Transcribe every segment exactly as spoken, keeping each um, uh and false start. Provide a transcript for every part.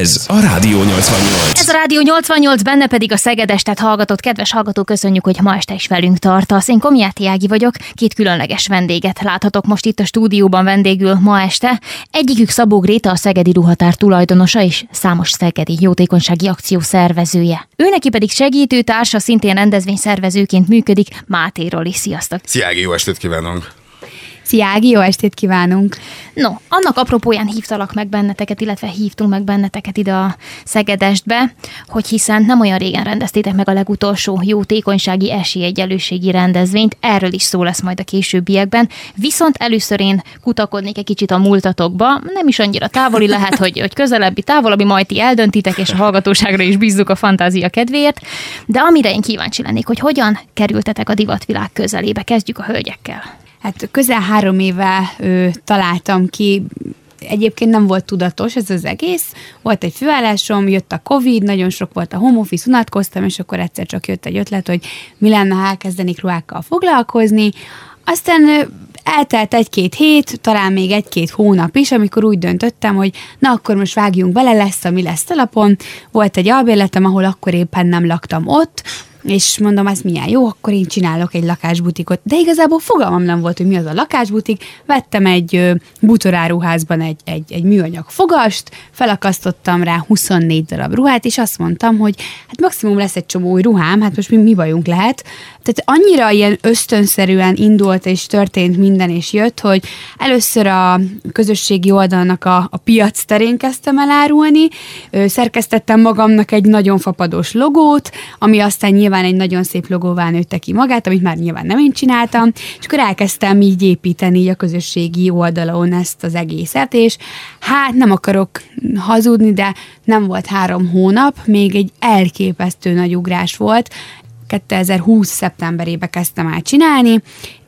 Ez a Rádió nyolcvannyolc. Ez a Rádió nyolcvannyolc, benne pedig a Szegedestet hallgatott. Kedves hallgató, köszönjük, hogy ma este is velünk tartasz. Én Komjáti Ági vagyok, két különleges vendéget láthatok most itt a stúdióban vendégül ma este. Egyikük Szabó Gréta, a Szegedi Ruhatár tulajdonosa és számos szegedi jótékonysági akció szervezője. Őneki pedig segítőtársa, szintén rendezvényszervezőként működik, Máté Roli. Sziasztok! Szia Ági, jó estét kívánunk! Szia Ági, jó estét kívánunk! No, annak apropóján hívtalak meg benneteket, illetve hívtunk meg benneteket ide a Szegedestbe, hogy hiszen nem olyan régen rendeztétek meg a legutolsó jótékonysági esélyegyenlőségi rendezvényt, erről is szó lesz majd a későbbiekben, viszont először én kutakodnék egy kicsit a múltatokba, nem is annyira távoli, lehet, hogy, hogy közelebbi, távolabbi, majd ti eldöntitek, és a hallgatóságra is bízzuk a fantázia kedvéért, de amire én kíváncsi lennék, hogy hogyan kerültetek a divatvilág közelébe, kezdjük a hölgyekkel. Hát közel három éve ö, találtam ki, egyébként nem volt tudatos ez az egész, volt egy főállásom, jött a Covid, nagyon sok volt a home office, unatkoztam, és akkor egyszer csak jött egy ötlet, hogy mi lenne, ha elkezdenék ruhákkal foglalkozni. Aztán ö, eltelt egy-két hét, talán még egy-két hónap is, amikor úgy döntöttem, hogy na akkor most vágjunk bele, lesz, ami lesz talapon. Volt egy albérletem, ahol akkor éppen nem laktam ott, és mondom, ez milyen jó, akkor én csinálok egy lakásbutikot. De igazából fogalmam nem volt, hogy mi az a lakásbutik. Vettem egy bútoráruházban egy, egy, egy műanyag fogast, felakasztottam rá huszonnégy darab ruhát, és azt mondtam, hogy hát maximum lesz egy csomó új ruhám, hát most mi, mi bajunk lehet. Tehát annyira ilyen ösztönszerűen indult és történt minden, és jött, hogy először a közösségi oldalnak a, a piac terén kezdtem el árulni, szerkesztettem magamnak egy nagyon fapados logót, ami aztán nyilván egy nagyon szép logóvá nőtte ki magát, amit már nyilván nem én csináltam, és akkor elkezdtem így építeni így a közösségi oldalon ezt az egészet, és hát nem akarok hazudni, de nem volt három hónap, még egy elképesztő nagy ugrás volt. kétezer-húsz szeptemberében kezdtem el csinálni,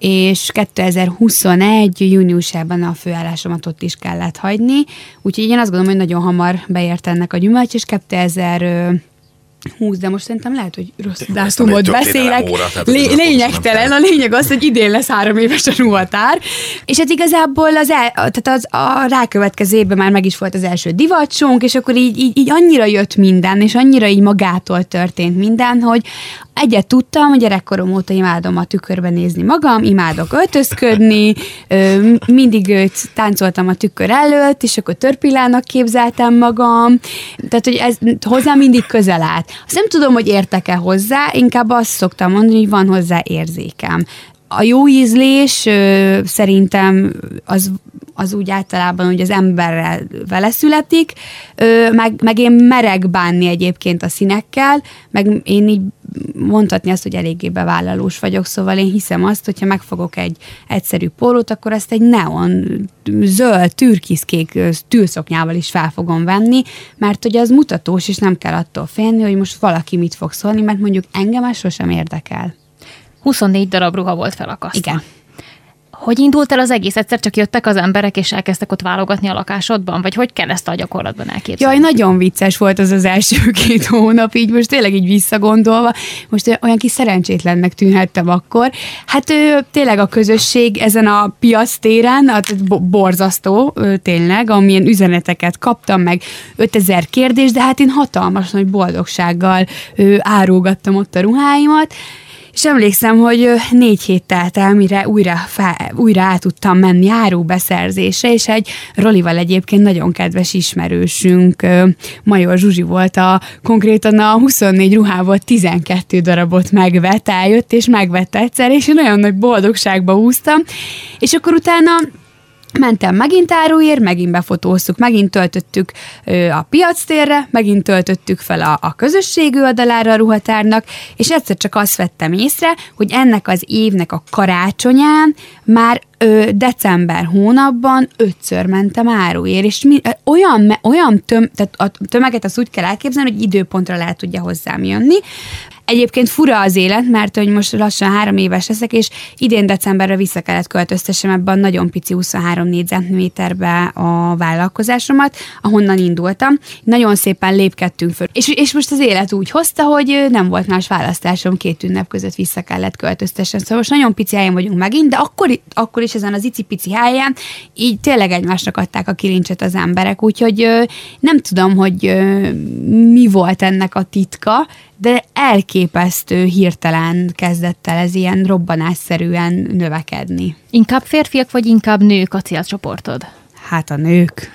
és kétezer-huszonegy júniusában a főállásomat ott is kellett hagyni, úgyhogy én azt gondolom, hogy nagyon hamar beért ennek a gyümölcs, és kétezer-húsz, de most szerintem lehet, hogy rossz dátumot beszélek. Óra, Lé- lényegtelen, a lényeg az, hogy idén lesz három éves a ruhatár, és hát igazából az, el, tehát az a rákövetkező évben már meg is volt az első divatsónk, és akkor így, így, így annyira jött minden, és annyira így magától történt minden, hogy egyet tudtam, hogy gyerekkorom óta imádom a tükörbe nézni magam, imádok öltözködni, mindig táncoltam a tükör előtt, és akkor törpillának képzeltem magam, tehát hogy ez hozzá mindig közel állt. Azt nem tudom, hogy értek-e hozzá, inkább azt szoktam mondani, hogy van hozzá érzékem. A jó ízlés ö, szerintem az, az úgy általában, hogy az emberrel vele születik, ö, meg, meg én merek bánni egyébként a színekkel, meg én így mondhatni azt, hogy eléggé bevállalós vagyok, szóval én hiszem azt, hogyha megfogok egy egyszerű pólót, akkor ezt egy neon, zöld, türkiszkék tűlszoknyával is fel fogom venni, mert hogy az mutatós, és nem kell attól félni, hogy most valaki mit fog szólni, mert mondjuk engem ez sosem érdekel. huszonnégy darab ruha volt felakasztva. Igen. Hogy indult el az egész? Egyszer csak jöttek az emberek, és elkezdtek ott válogatni a lakásodban? Vagy hogy kell ezt a gyakorlatban elképzelni? Jaj, nagyon vicces volt az az első két hónap, így most tényleg így visszagondolva. Most olyan kis szerencsétlennek tűnhettem akkor. Hát tényleg a közösség ezen a piac téren, borzasztó tényleg, amilyen üzeneteket kaptam, meg ötezer kérdés, de hát én hatalmas nagy boldogsággal árulgattam ott a ruháimat. És emlékszem, hogy négy hét telt el, mire újra, fel, újra át tudtam menni árubeszerzésre, és egy Rolival egyébként nagyon kedves ismerősünk, Major Zsuzsi volt, a, konkrétan a huszonnégy ruhából tizenkettő darabot megvett, eljött, és megvette egyszer, és nagyon nagy boldogságba húztam, és akkor utána mentem megint áruért, megint befotóztuk, megint töltöttük ö, a piactérre, megint töltöttük fel a, a közösségi oldalára a ruhatárnak, és egyszer csak azt vettem észre, hogy ennek az évnek a karácsonyán már ö, december hónapban ötször mentem áruért, és mi, ö, olyan, olyan töm, tehát a tömeget azt úgy kell elképzelni, hogy időpontra lehet tudja hozzám jönni. Egyébként fura az élet, mert hogy most lassan három éves leszek, és idén decemberre vissza kellett költöztessem ebben a nagyon pici huszonhárom négyzetméterbe a vállalkozásomat, ahonnan indultam. Nagyon szépen lépkedtünk föl. És, és most az élet úgy hozta, hogy nem volt más választásom, két ünnep között vissza kellett költöztessem. Szóval most nagyon pici helyen vagyunk megint, de akkor, akkor is ezen az icipici helyen így tényleg egymásnak adták a kilincset az emberek, úgyhogy nem tudom, hogy mi volt ennek a titka, de elképesztő hirtelen kezdett el ez ilyen robbanásszerűen növekedni. Inkább férfiak, vagy inkább nők a célcsoportod? Hát a nők.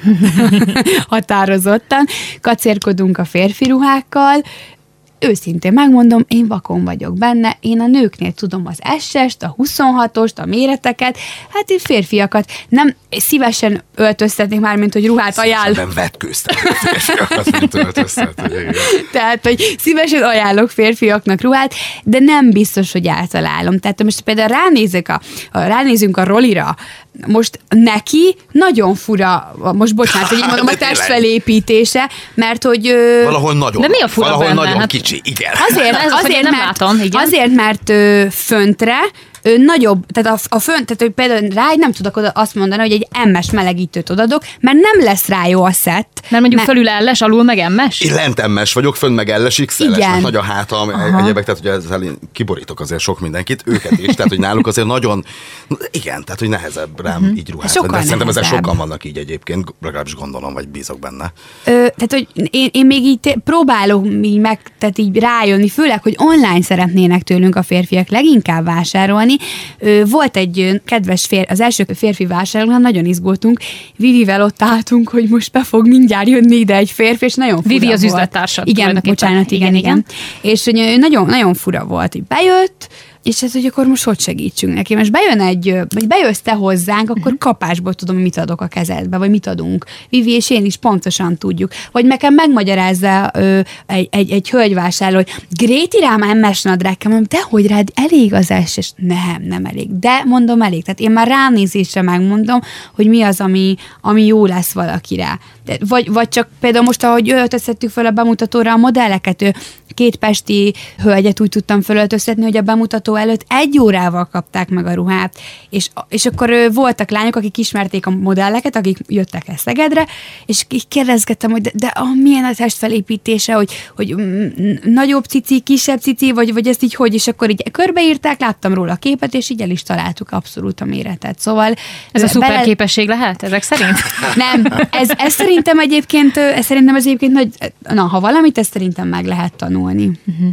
Határozottan. Kacérkodunk a férfi ruhákkal. Őszintén megmondom, én vakon vagyok benne, én a nőknél tudom az es-est, a huszonhatost, a méreteket, hát én férfiakat nem szívesen öltöztetnék már, mint hogy ruhát ajánlok. Nem vetkőztek a férfiakat, mint öltöztetni. Tehát, hogy szívesen ajánlok férfiaknak ruhát, de nem biztos, hogy általálom. Tehát most például ránézek a, ránézünk a Rolira, most neki nagyon fura, most bocsánat, hogy így mondom, a testfelépítése, mert hogy... Valahol nagyon, de mi a fura valahol benne? nagyon Hát kicsi, igen. Azért, Ez az, azért, nem mert, látom, igen. azért, mert ö, föntre ö, nagyobb, tehát a, a fönt, tehát hogy például rá nem tudok oda azt mondani, hogy egy em es melegítőt odadok, mert nem lesz rá jó a szett. Mert mondjuk mert... felül elles, alul meg em es? Én lent em es vagyok, fönn meg el es iksz el es, mert nagy a hátam, egyébek, tehát hogy ezzel én kiborítok azért sok mindenkit, őket is, tehát hogy náluk azért nagyon, igen, tehát hogy nehezebb rám uh-huh. így ruházni. De szerintem ezzel sokan vannak így egyébként, legalábbis gondolom, vagy bízok benne. Ö, tehát, hogy én, én még így te, próbálok így meg, tehát így rájönni, főleg, hogy online szeretnének tőlünk a férfiak leginkább vásárolni. Ö, volt egy kedves férfi, az első férfi vásárolónál nagyon izgultunk, Vivivel ott álltunk, hogy most be fog mindjárt jönni ide egy férfi, és nagyon fura Vivi az volt. üzlettársad. Igen, bocsánat, igen, igen, igen. És hogy nagyon, nagyon fura volt, hogy bejött, és ez, hogy akkor most hogy segítsünk neki. Most bejön egy, vagy bejössz te hozzánk, akkor uh-huh. kapásból tudom, hogy mit adok a kezedbe, vagy mit adunk. Vivi és én is pontosan tudjuk. Vagy nekem megmagyarázza ö, egy, egy, egy hölgyvásárló, hogy Gréti rám em es nadrágkám, mondom, de hogy rád elég az es es? Nem, nem elég. De mondom, elég. Tehát én már ránézésre megmondom, hogy mi az, ami, ami jó lesz valakire. De, vagy, vagy csak például most, ahogy öltöztettük fel a bemutatóra a modelleket, ő, két pesti hölgyet úgy tudtam fölöltöztetni, hogy a bemutató előtt egy órával kapták meg a ruhát, és, és akkor voltak lányok, akik ismerték a modelleket, akik jöttek el Szegedre, és így kérdezgettem, hogy de, de ah, milyen a testfelépítése, hogy, hogy nagyobb cici, kisebb cici, vagy, vagy ezt így hogy, és akkor így körbeírták, láttam róla a képet, és így el is találtuk abszolút a méretet. Szóval ez a szuper bele... képesség lehet ezek szerint? Nem, ez, ez szerintem egyébként, ez szerintem ez egyébként nagy, na, ha valamit, ezt szerintem meg lehet tanulni. Uh-huh.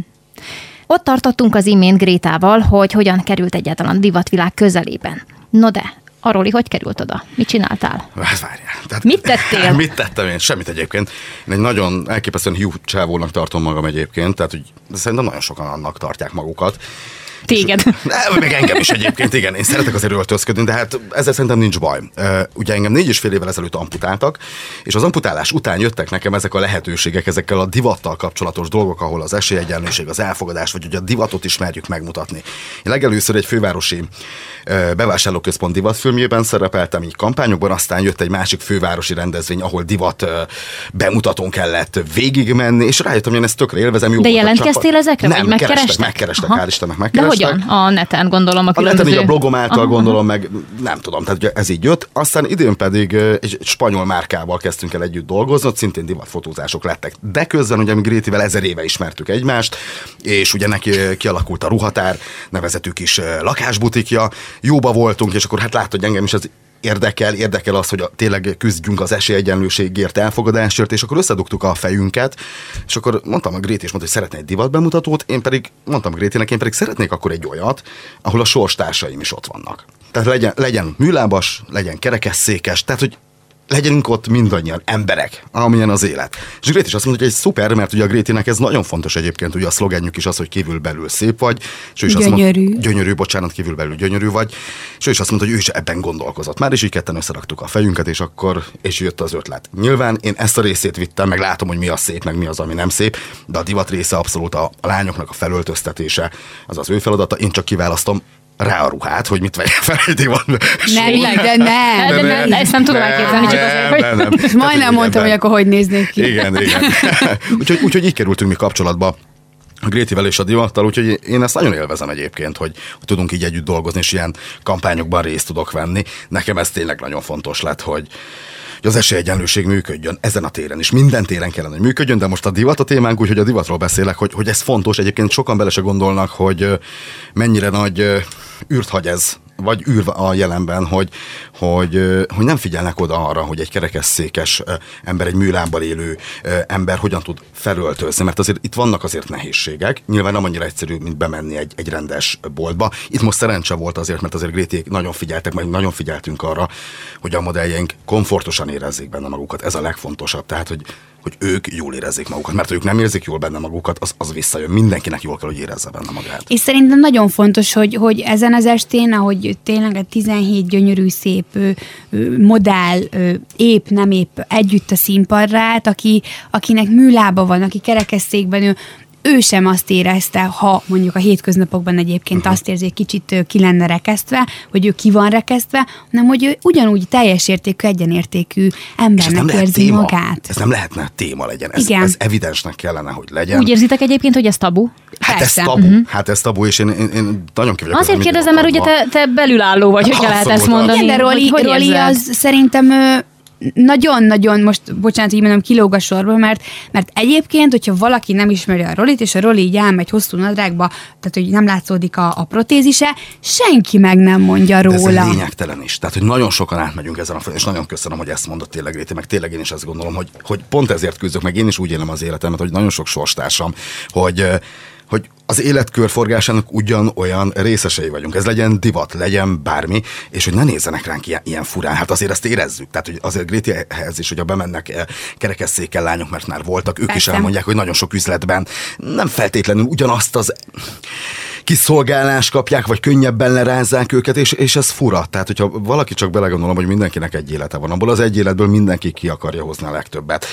Ott tartottunk az imént Grétával, hogy hogyan került egyáltalán a divatvilág közelében. No de, a Roli hogy került oda? Mit csináltál? Hát várjál. Tehát, mit tettél? Mit tettem én? Semmit egyébként. Én egy nagyon elképesztően hiú csávónak tartom magam egyébként, tehát hogy szerintem nagyon sokan annak tartják magukat. Téged. És, meg engem is egyébként, igen, én szeretek azért öltözködni, de hát ezzel szerintem nincs baj. Ugye engem négy és fél évvel ezelőtt amputáltak, és az amputálás után jöttek nekem ezek a lehetőségek, ezekkel a divattal kapcsolatos dolgok, ahol az esélyegyenlőség, az elfogadás, vagy ugye a divatot is merjük megmutatni. Én legelőször egy fővárosi bevásárlóközpont divatfilmjében szerepeltem, így kampányokban, aztán jött egy másik fővárosi rendezvény, ahol divat bemutatón kellett végigmenni, és rájöttem, hogy én ezt tökre élvezem. Jó de jelentkeztél ezekre, nem, vagy megkerestek? megkerestek, hál' Istennek megkerestek. De hogyan? A neten gondolom a különböző... A neten, így a blogom által aha, gondolom, meg nem tudom, tehát ugye ez így jött. Aztán idén pedig egy spanyol márkával kezdtünk el együtt dolgozni, ott szintén divatfotózások lettek. De közben ugye mi Grétivel ezer éve ismertük egymást, és ugye neki kialakult a Ruhatár nevezetű kis lakásbutikja, jóba voltunk, és akkor hát látta, hogy engem is ez érdekel, érdekel az, hogy a, tényleg küzdjünk az esélyegyenlőségért, elfogadásért, és akkor összedugtuk a fejünket, és akkor mondtam a Gréti, és mondta, hogy szeretne egy divatbemutatót, én pedig mondtam a Grétinek, én pedig szeretnék akkor egy olyat, ahol a sorstársaim is ott vannak. Tehát legyen, legyen műlábas, legyen kerekesszékes, tehát hogy legyenünk ott mindannyian emberek, amilyen az élet. És Gréti is azt mondta, hogy egy szuper, mert ugye a Grétinek ez nagyon fontos egyébként, ugye a szlogenjük is az, hogy kívülbelül szép vagy. És ő is gyönyörű. Azt mondta, gyönyörű, bocsánat, kívülbelül gyönyörű vagy. És ő is azt mondta, hogy ő is ebben gondolkozott. Már is így ketten összeraktuk a fejünket, és akkor és jött az ötlet. Nyilván én ezt a részét vittem, meg látom, hogy mi a szép, meg mi az, ami nem szép, de a divat része abszolút a, a lányoknak a felöltöztetése, az az ő feladata. Én csak kiválasztom rá a ruhát, hogy mit vegyen fel egy divatban. Nem, de nem. De nem, ezt nem tudom elképzelni, csak azért, hogy... Nem, nem. És majdnem mondtam, hogy akkor hogy néznék ki. Igen, igen. úgyhogy, úgyhogy így kerültünk mi kapcsolatba a Grétivel és a Divattal, úgyhogy én ezt nagyon élvezem egyébként, hogy, hogy tudunk így együtt dolgozni, és ilyen kampányokban részt tudok venni. Nekem ez tényleg nagyon fontos lett, hogy hogy az esélyegyenlőség működjön ezen a téren is. Minden téren kellene, hogy működjön, de most a divat a témánk, úgyhogy a divatról beszélek, hogy, hogy ez fontos. Egyébként sokan bele se gondolnak, hogy mennyire nagy űrt hagy ez, vagy űr a jelenben, hogy, hogy, hogy nem figyelnek oda arra, hogy egy kerekesszékes ember, egy műlábbal élő ember hogyan tud felöltözni, mert azért itt vannak azért nehézségek. Nyilván nem annyira egyszerű, mint bemenni egy, egy rendes boltba. Itt most szerencse volt azért, mert azért Grétiék nagyon figyeltek, meg nagyon figyeltünk arra, hogy a modelljeink komfortosan érezzék benne magukat. Ez a legfontosabb. Tehát, hogy hogy ők jól érezzék magukat, mert ha ők nem érzik jól benne magukat, az, az visszajön. Mindenkinek jól kell, hogy érezze benne magát. És szerintem nagyon fontos, hogy, hogy ezen az estén, ahogy tényleg a tizenhét gyönyörű, szép modell, épp, nem épp együtt a színpadrát, aki, akinek műlába van, aki kerekesszékben ül, ő sem azt érezte, ha mondjuk a hétköznapokban egyébként uh-huh. azt érzi, hogy kicsit ki lenne rekesztve, hogy ő ki van rekesztve, hanem hogy ő ugyanúgy teljes értékű, egyenértékű embernek érzi téma. magát. Ez nem lehetne téma legyen. Ez, Igen. ez evidensnek kellene, hogy legyen. Úgy érzitek egyébként, hogy ez tabu? Hát Persze. ez tabu. Uh-huh. Hát ez tabu, és én, én, én nagyon ki vagyok. Azért kérdezem, mert ugye te, te belülálló vagy, hogyha lehet ezt mondani. Igen, de Roli, hogy, hogy Roli az szerintem nagyon-nagyon, most bocsánat, így mondom, kilóg a sorba, mert, mert egyébként, hogyha valaki nem ismeri a Rolit, és a Roli így elmegy hosszú nadrágba, tehát hogy nem látszódik a, a protézise, senki meg nem mondja róla. De ez lényegtelen is. Tehát, hogy nagyon sokan átmegyünk ezen a fel, és nagyon köszönöm, hogy ezt mondott tényleg Réti, meg tényleg én is ezt gondolom, hogy, hogy pont ezért küzdök, meg én is úgy élem az életemet, hogy nagyon sok sorstársam, hogy hogy az életkörforgásának ugyanolyan részesei vagyunk. Ez legyen divat, legyen bármi, és hogy ne nézzenek ránk ilyen, ilyen furán. Hát azért ezt érezzük. Tehát, hogy azért Grétihez is, hogyha bemennek kerekesszékkel lányok, mert már voltak, ők Persze. is elmondják, hogy nagyon sok üzletben nem feltétlenül ugyanazt az kiszolgálást kapják, vagy könnyebben lerázzák őket, és, és ez fura. Tehát, hogyha valaki csak belegondolom, hogy mindenkinek egy élete van, abból az egy életből mindenki ki akarja hozni a legtöbbet.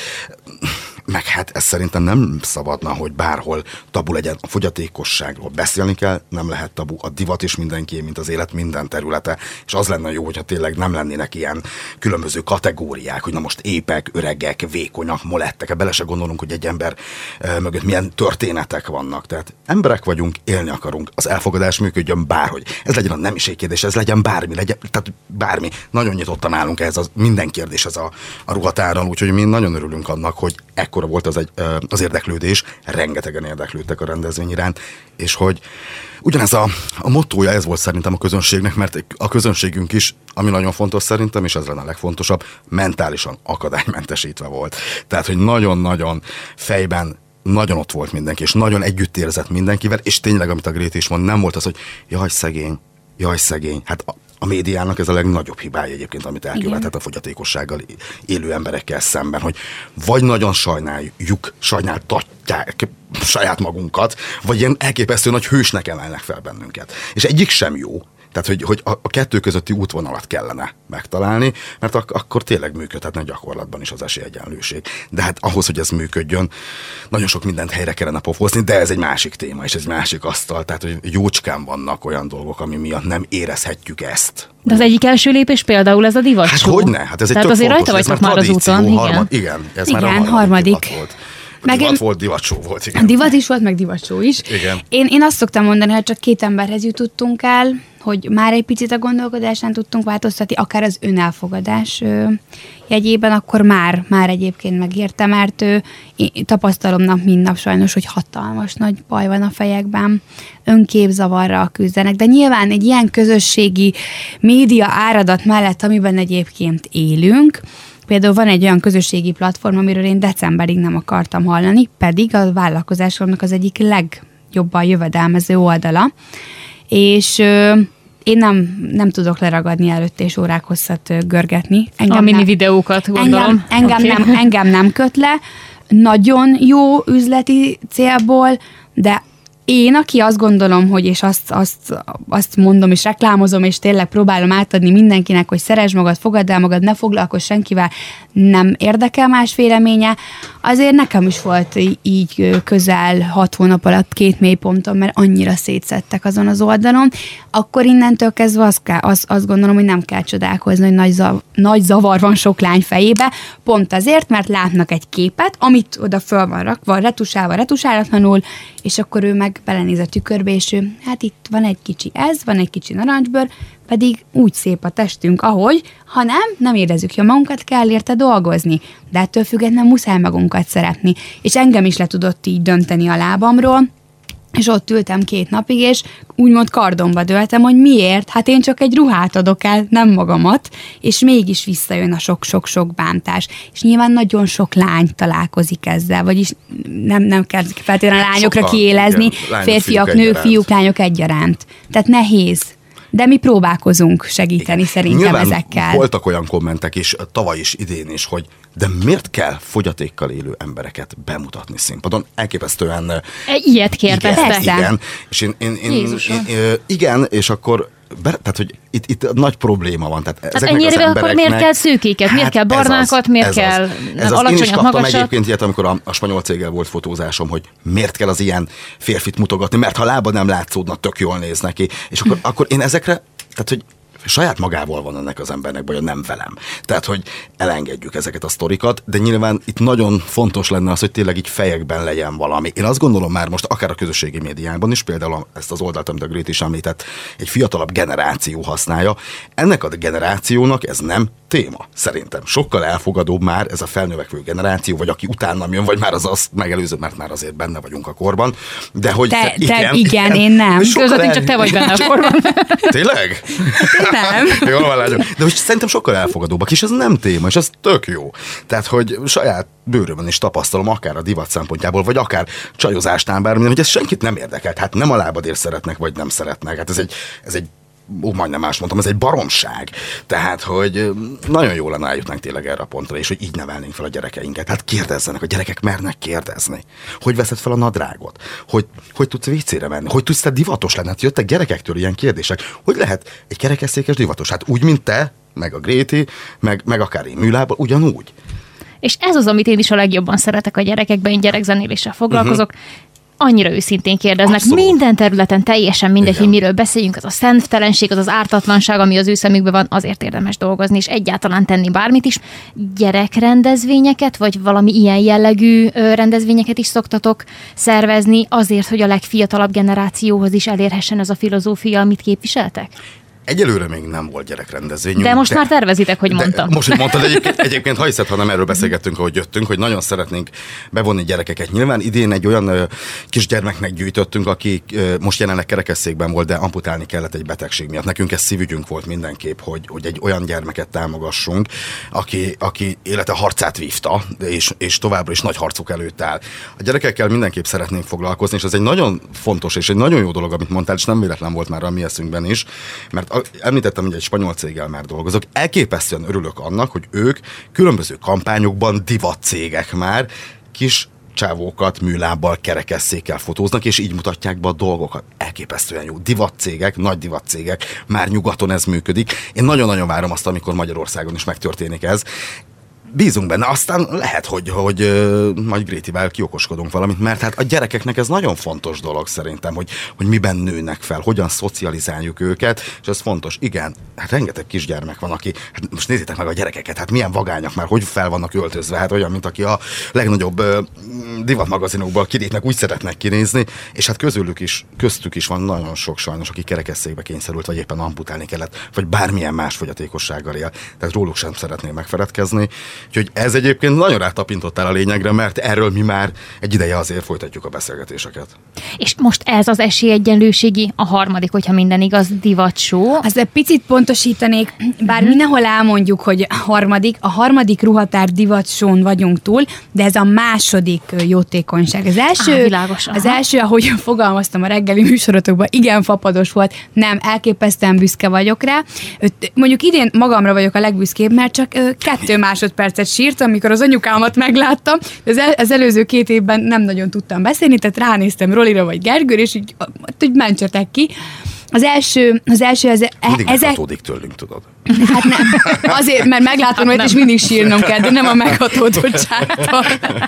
Meg hát ez szerintem nem szabadna, hogy bárhol tabu legyen. A fogyatékosságról beszélni kell, nem lehet tabu. A divat is mindenki, mint az élet minden területe. És az lenne jó, hogyha tényleg nem lennének ilyen különböző kategóriák, hogy na most épek, öregek, vékonyak, molettek. Bele se gondolunk, hogy egy ember e, mögött milyen történetek vannak. Tehát emberek vagyunk, élni akarunk. Az elfogadás működjön bárhogy. Ez legyen a nemiségkérdés, ez legyen bármi, legyen, tehát bármi. Nagyon nyitottan állunk ehhez, az, minden kérdés ez a, a ruhatáron, úgyhogy mi nagyon örülünk annak, hogy ekkora volt az, egy, az érdeklődés, rengetegen érdeklődtek a rendezvény iránt, és hogy ugyanez a, a mottója ez volt szerintem a közönségnek, mert a közönségünk is, ami nagyon fontos szerintem, és ez lenne a legfontosabb, mentálisan akadálymentesítve volt. Tehát, hogy nagyon-nagyon fejben nagyon ott volt mindenki, és nagyon együtt érzett mindenkivel, és tényleg, amit a Gréti is mond, nem volt az, hogy jaj, szegény, jaj, szegény. Hát a, a médiának ez a legnagyobb hibája egyébként, amit elkövetett a fogyatékossággal élő emberekkel szemben, hogy vagy nagyon sajnáljuk, sajnáltatják saját magunkat, vagy ilyen elképesztő nagy hősnek emelnek fel bennünket. És egyik sem jó. Tehát, hogy, hogy a, a kettő közötti útvonalat kellene megtalálni, mert ak- akkor tényleg működhetne gyakorlatban is az esélyegyenlőség. De hát ahhoz, hogy ez működjön, nagyon sok mindent helyre kellene pofozni, de ez egy másik téma, és ez egy másik asztal. Tehát, hogy jócskán vannak olyan dolgok, ami miatt nem érezhetjük ezt. De az egyik első lépés például ez a divat Hát show. hogyne? Hát ez egy Tehát azért rajta vagytok már az úton. Igen, harmad, igen, ez igen, már a harmadik, harmadik. divat volt. Meg divat én... volt, divatshow volt, igen. Divat is volt, meg divatshow is. Igen. Én, én azt szoktam mondani, hogy csak két emberhez jutottunk el, hogy már egy picit a gondolkodásán tudtunk változtatni, akár az önelfogadás ö, jegyében, akkor már, már egyébként megérte, mert ö, én tapasztalom nap, mint nap sajnos, hogy hatalmas nagy baj van a fejekben, önképzavarral küzdenek, de nyilván egy ilyen közösségi média áradat mellett, amiben egyébként élünk, például van egy olyan közösségi platform, amiről én decemberig nem akartam hallani, pedig a vállalkozásomnak az egyik legjobban jövedelmező oldala, és ö, én nem, nem tudok leragadni előtt és órák hosszat görgetni. Engem a mini nem, videókat gondolom. Engem, engem, okay. nem, engem nem köt le, nagyon jó üzleti célból, de Én, aki azt gondolom, hogy és azt, azt, azt mondom, és reklámozom, és tényleg próbálom átadni mindenkinek, hogy szeresd magad, fogadd el magad, ne foglalkozz senkivel, nem érdekel más véleménye, azért nekem is volt így közel hat hónap alatt két mélypontom, mert annyira szétszettek azon az oldalon, akkor innentől kezdve azt, kell, azt, azt gondolom, hogy nem kell csodálkozni, hogy nagy, zav, nagy zavar van sok lány fejébe, pont azért, mert látnak egy képet, amit oda föl van rakva, retusálva, retusálatlanul, és akkor ő meg belenéz a tükörbe, és ő, hát itt van egy kicsi ez, van egy kicsi narancsbőr, pedig úgy szép a testünk, ahogy, ha nem, nem érezzük jól magunkat, kell érte dolgozni. De ettől függetlenül muszáj magunkat szeretni. És engem is le tudott így dönteni a lábamról, és ott ültem két napig, és úgymond kardomba dőltem, hogy miért? Hát én csak egy ruhát adok el, nem magamat, és mégis visszajön a sok-sok-sok bántás. És nyilván nagyon sok lány találkozik ezzel, vagyis nem, nem kell feltétlenül lányokra Sokan, kiélezni, igen, lányok, férfiak, fiúk nők, egyaránt. fiúk, lányok egyaránt. Tehát nehéz. De mi próbálkozunk segíteni szerintem Nyilván ezekkel. voltak olyan kommentek is, tavaly is, idén is, hogy de miért kell fogyatékkal élő embereket bemutatni színpadon? Elképesztően... Ilyet kérdezte. Igen, igen. És én, én, én, én, én, igen, és akkor be, tehát, hogy itt, itt nagy probléma van. Tehát hát ennyire akkor miért kell szőkéket, miért kell barnákat, az, miért kell az. alacsonyat, Én is kaptam magasat? egyébként ilyet, amikor a, a spanyol céggel volt fotózásom, hogy miért kell az ilyen férfit mutogatni, mert ha lába nem látszódna, tök jól néz neki. És akkor, akkor én ezekre, tehát, hogy saját magával van ennek az embernek baja, nem velem. Tehát, hogy elengedjük ezeket a sztorikat, de nyilván itt nagyon fontos lenne az, hogy tényleg így fejekben legyen valami. Én azt gondolom már most, akár a közösségi médiában is, például ezt az oldalt, amit a Grét is említett, egy fiatalabb generáció használja. Ennek a generációnak ez nem téma, szerintem. Sokkal elfogadóbb már ez a felnövekvő generáció, vagy aki utánam jön, vagy már az azt megelőző, mert már azért benne vagyunk a korban. De hogy te, igen, te igen, én nem. Közvetlenül csak te vagy benne a korban. Tényleg? Nem. Jól van, lányom. De most szerintem sokkal elfogadóbbak, és ez nem téma, és ez tök jó. Tehát, hogy saját bőrömön is tapasztalom, akár a divat szempontjából, vagy akár csajozástán bármilyen, hogy ez senkit nem érdekel. Hát nem a lábadért szeretnek, vagy nem szeretnek. Hát ez egy, ez egy ó, majdnem más mondtam, ez egy baromság. Tehát, hogy nagyon jó lenne eljutnánk tényleg erre a pontra, és hogy így nevelnénk fel a gyerekeinket. Hát kérdezzenek, a gyerekek mernek kérdezni. Hogy veszed fel a nadrágot? Hogy, hogy tudsz vécére menni? Hogy tudsz te divatos lenni? Hát jöttek gyerekektől ilyen kérdések. Hogy lehet egy kerekesszékes divatos? Hát úgy, mint te, meg a Gréti, meg, meg akár én műlábbal, ugyanúgy. És ez az, amit én is a legjobban szeretek a gyerekekben, én gyerekzenéléssel foglalkozok. Uh-huh. Annyira őszintén kérdeznek. Abszolút. Minden területen teljesen mindegy, Igen. hogy miről beszéljünk, az a szenttelenség, az az ártatlanság, ami az ő szemükben van, azért érdemes dolgozni, és egyáltalán tenni bármit is. Gyerekrendezvényeket, vagy valami ilyen jellegű rendezvényeket is szoktatok szervezni azért, hogy a legfiatalabb generációhoz is elérhessen ez a filozófia, amit képviseltek? Egyelőre még nem volt gyerekrendezvényünk. De most de, már tervezitek, hogy mondtam. Most, hogy mondtad, egyébként, egyébként ha hiszed, ha nem erről beszélgettünk, ahogy jöttünk, hogy nagyon szeretnénk bevonni gyerekeket. Nyilván idén egy olyan ö, kisgyermeknek gyűjtöttünk, aki ö, most jelenleg kerekesszékben volt, de amputálni kellett egy betegség miatt. Nekünk ez szívügyünk volt mindenképp, hogy, hogy egy olyan gyermeket támogassunk, aki, aki élete harcát vívta, és, és továbbra is nagy harcok előtt áll. A gyerekekkel mindenképp szeretnénk foglalkozni, és ez egy nagyon fontos és egy nagyon jó dolog, amit mondtál, és nem véletlen volt már a mi eszünkben is, mert említettem, hogy egy spanyol céggel már dolgozok. Elképesztően örülök annak, hogy ők különböző kampányokban divatcégek már kis csávókat műlábbal, kerekesszékkel fotóznak, és így mutatják be a dolgokat. Elképesztően jó. Divatcégek, nagy divatcégek, már nyugaton ez működik. Én nagyon-nagyon várom azt, amikor Magyarországon is megtörténik ez. Bízunk benne, aztán lehet, hogy, hogy uh, majd Grétivel kiokoskodunk valamit, mert hát a gyerekeknek ez nagyon fontos dolog szerintem, hogy, hogy miben nőnek fel, hogyan szocializáljuk őket, és ez fontos. Igen, hát rengeteg kisgyermek van, aki, hát most nézzétek meg a gyerekeket, hát milyen vagányak már, hogy fel vannak öltözve, hát olyan, mint aki a legnagyobb uh, divatmagazinokból kilépnek, úgy szeretnek kinézni, és hát közülük is, köztük is van nagyon sok sajnos, aki kerekesszékbe kényszerült, vagy éppen amputálni kellett, vagy bármilyen más fogyatékossággal él. Tehát róluk sem szeretném megfeledkezni. Úgyhogy ez egyébként nagyon rátapintottál a lényegre, mert erről mi már egy ideje azért folytatjuk a beszélgetéseket. És most ez az esélyegyenlőségi, a harmadik, hogyha minden igaz, divat show. Az egy picit pontosítanék, bár uh-huh. mindenhol elmondjuk, hogy a harmadik, a harmadik ruhatár divat shown vagyunk túl, de ez a második jótékonyság. Az első, Á, világos, az első, ahogy fogalmaztam a reggeli műsorotokban, igen, fapados volt, nem, elképesztően büszke vagyok rá. Mondjuk idén magamra vagyok a legbüszkébb, mert csak kettő másodpercet sírtam, amikor az anyukámat megláttam, az, el, az előző két évben nem nagyon tudtam beszélni, tehát ránéztem Rolira vagy Gergőre, és így, így mentsetek ki. Az első, az első, az, mindig ezek... meghatódik tőlünk, tudod. Hát nem, azért, mert meglátom, hogy és mindig sírnom kell, de nem a meghatódottságtól.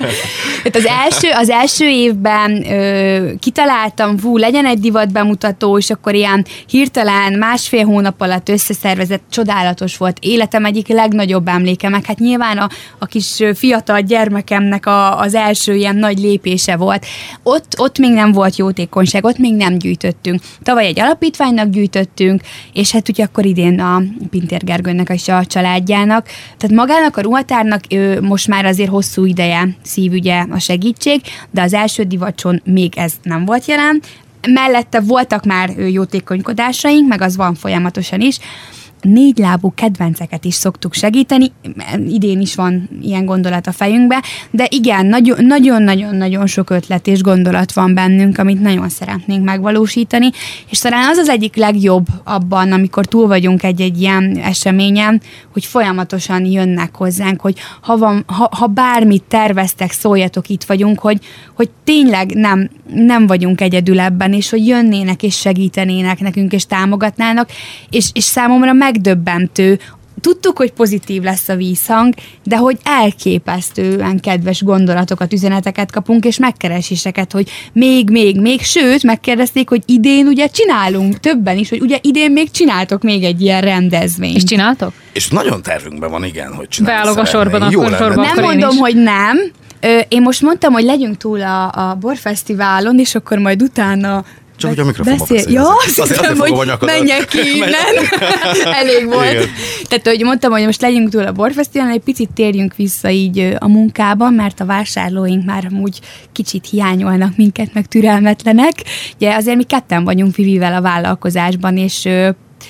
Tehát az első, az első évben ö, kitaláltam, hú, legyen egy divat bemutató, és akkor ilyen hirtelen másfél hónap alatt összeszervezett, csodálatos volt, életem egyik legnagyobb emléke, meg hát nyilván a, a kis fiatal gyermekemnek a, az első ilyen nagy lépése volt. Ott, ott még nem volt jótékonyság, ott még nem gyűjtöttünk. Tavaly egy alapítványnak gyűjtöttünk, és hát ugye akkor idén a Pintér Gergőnek és a családjának. Tehát magának a ruhatárnak ő, most már azért hosszú ideje szívügye a segítség, de az első divacson még ez nem volt jelen. Mellette voltak már jótékonykodásaink, meg az van folyamatosan is. Négylábú kedvenceket is szoktuk segíteni, idén is van ilyen gondolat a fejünkbe, de igen, nagyon-nagyon-nagyon sok ötlet és gondolat van bennünk, amit nagyon szeretnénk megvalósítani, és talán az az egyik legjobb abban, amikor túl vagyunk egy-egy ilyen eseményen, hogy folyamatosan jönnek hozzánk, hogy ha, van, ha, ha bármit terveztek, szóljatok, itt vagyunk, hogy, hogy tényleg nem, nem vagyunk egyedül ebben, és hogy jönnének és segítenének nekünk, és támogatnának, és, és számomra meg megdöbbentő. Tudtuk, hogy pozitív lesz a vízhang, de hogy elképesztően kedves gondolatokat, üzeneteket kapunk, és megkereséseket, hogy még, még, még, sőt, megkérdezték, hogy idén ugye csinálunk többen is, hogy ugye idén még csináltok még egy ilyen rendezvényt. És csináltok? És nagyon tervünkben van, igen, hogy csinálni Beállok a sorban, akkor sorban. Nem mondom, hogy nem. Én most mondtam, hogy legyünk túl a, a borfesztiválon, és akkor majd utána csak hogy a mikrofonba beszél. Ja, azt hittem, hogy menjek ki innen. Elég volt. Igen. Tehát, hogy mondtam, hogy most legyünk túl a borfesztiválon, egy picit térjünk vissza így a munkába, mert a vásárlóink már amúgy kicsit hiányolnak minket, meg türelmetlenek. Ugye azért mi ketten vagyunk Vivivel a vállalkozásban, és ö,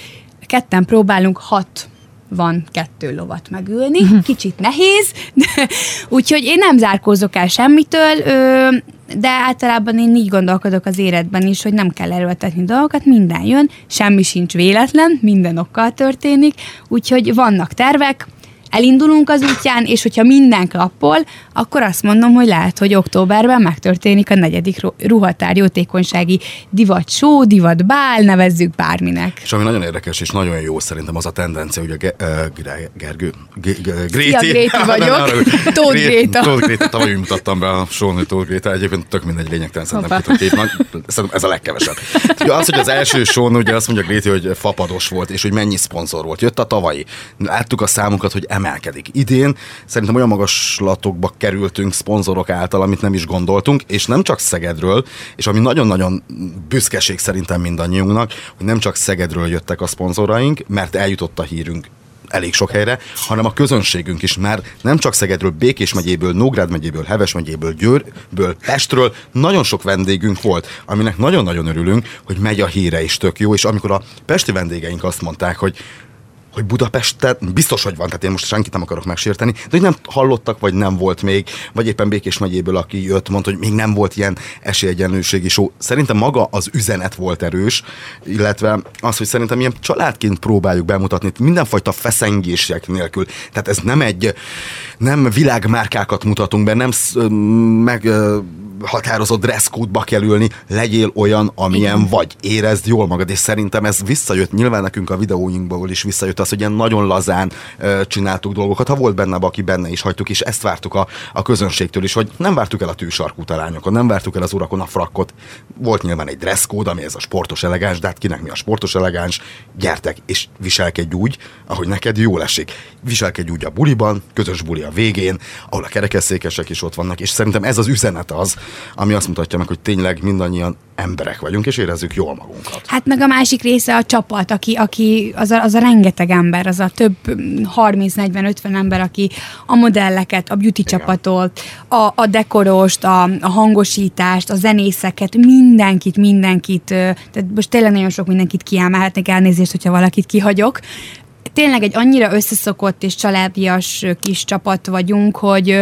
ketten próbálunk hat van kettő lovat megülni, kicsit nehéz, de, úgyhogy én nem zárkózok el semmitől, ö, de általában én így gondolkodok az életben is, hogy nem kell erőltetni dolgokat, minden jön, semmi sincs véletlen, minden okkal történik, úgyhogy vannak tervek, elindulunk az útján, és hogyha minden klappol, akkor azt mondom, hogy lehet, hogy októberben megtörténik a negyedik ruhatár jótékonysági divat show, divat bál, nevezzük bárminek. És ami nagyon érdekes és nagyon jó szerintem az a tendencia, hogy a Ge- uh, Gergő, Ge- Ge- Gréti. Szia, Gréti vagyok. Tóth Gréta. Tóth Gréta, tavaly mutattam be a show-n, hogy Tóth Gréta, egyébként tök mindegy, lényegtelen szerintem két képnak. Szerintem ez a legkevesebb. Ugye az, hogy az első show-n ugye azt mondja Gréti, hogy fapados volt, és hogy mennyi szponzor volt. Jött a tavalyi. Láttuk a számunkat, hogy emelkedik. Idén szerintem olyan magaslatokba kerültünk szponzorok által, amit nem is gondoltunk, és nem csak Szegedről, és ami nagyon-nagyon büszkeség szerintem mindannyiunknak, hogy nem csak Szegedről jöttek a szponzoraink, mert eljutott a hírünk elég sok helyre, hanem a közönségünk is, mert nem csak Szegedről, Békés megyéből, Nógrád megyéből, Heves megyéből, Győrből, Pestről nagyon sok vendégünk volt, aminek nagyon-nagyon örülünk, hogy megy a híre is tök jó, és amikor a pesti vendégeink azt mondták, hogy hogy Budapesten biztos, hogy van, tehát én most senkit nem akarok megsérteni, de hogy nem hallottak, vagy nem volt még, vagy éppen Békés megyéből, aki jött, mondta, hogy még nem volt ilyen esélyegyenlőségi show. Szerintem maga az üzenet volt erős, illetve az, hogy szerintem ilyen családként próbáljuk bemutatni, mindenfajta feszengések nélkül. Tehát ez nem egy, nem világmárkákat mutatunk be, nem meg határozott dresszkódba kell ülni, legyél olyan, amilyen igen. vagy. Érezd jól magad, és szerintem ez visszajött, nyilván nekünk a videóinkból is visszajött az, hogy ilyen nagyon lazán uh, csináltuk dolgokat. Ha volt benne, aki benne is hagytuk, és ezt vártuk a, a közönségtől is, hogy nem vártuk el a tűsarkút a lányokon, nem vártuk el az urakon a frakkot. Volt nyilván egy dresszkód, ami ez a sportos elegáns, de hát kinek mi a sportos elegáns? Gyertek, és viselkedj úgy, ahogy neked jól esik. Viselkedj úgy a buliban, közös buli a végén, ahol a kerekesszékesek is ott vannak, és szerintem ez az üzenet az, ami azt mutatja meg, hogy tényleg mindannyian emberek vagyunk, és érezzük jól magunkat. Hát meg a másik része a csapat, aki, aki az, a, az a rengeteg ember, az a több harminc negyven ötven ember, aki a modelleket, a beauty igen. csapatot, a, a dekorost, a, a hangosítást, a zenészeket, mindenkit, mindenkit, tehát most tényleg nagyon sok mindenkit kiemelhetnek, elnézést, hogyha valakit kihagyok. Tényleg egy annyira összeszokott és családias kis csapat vagyunk, hogy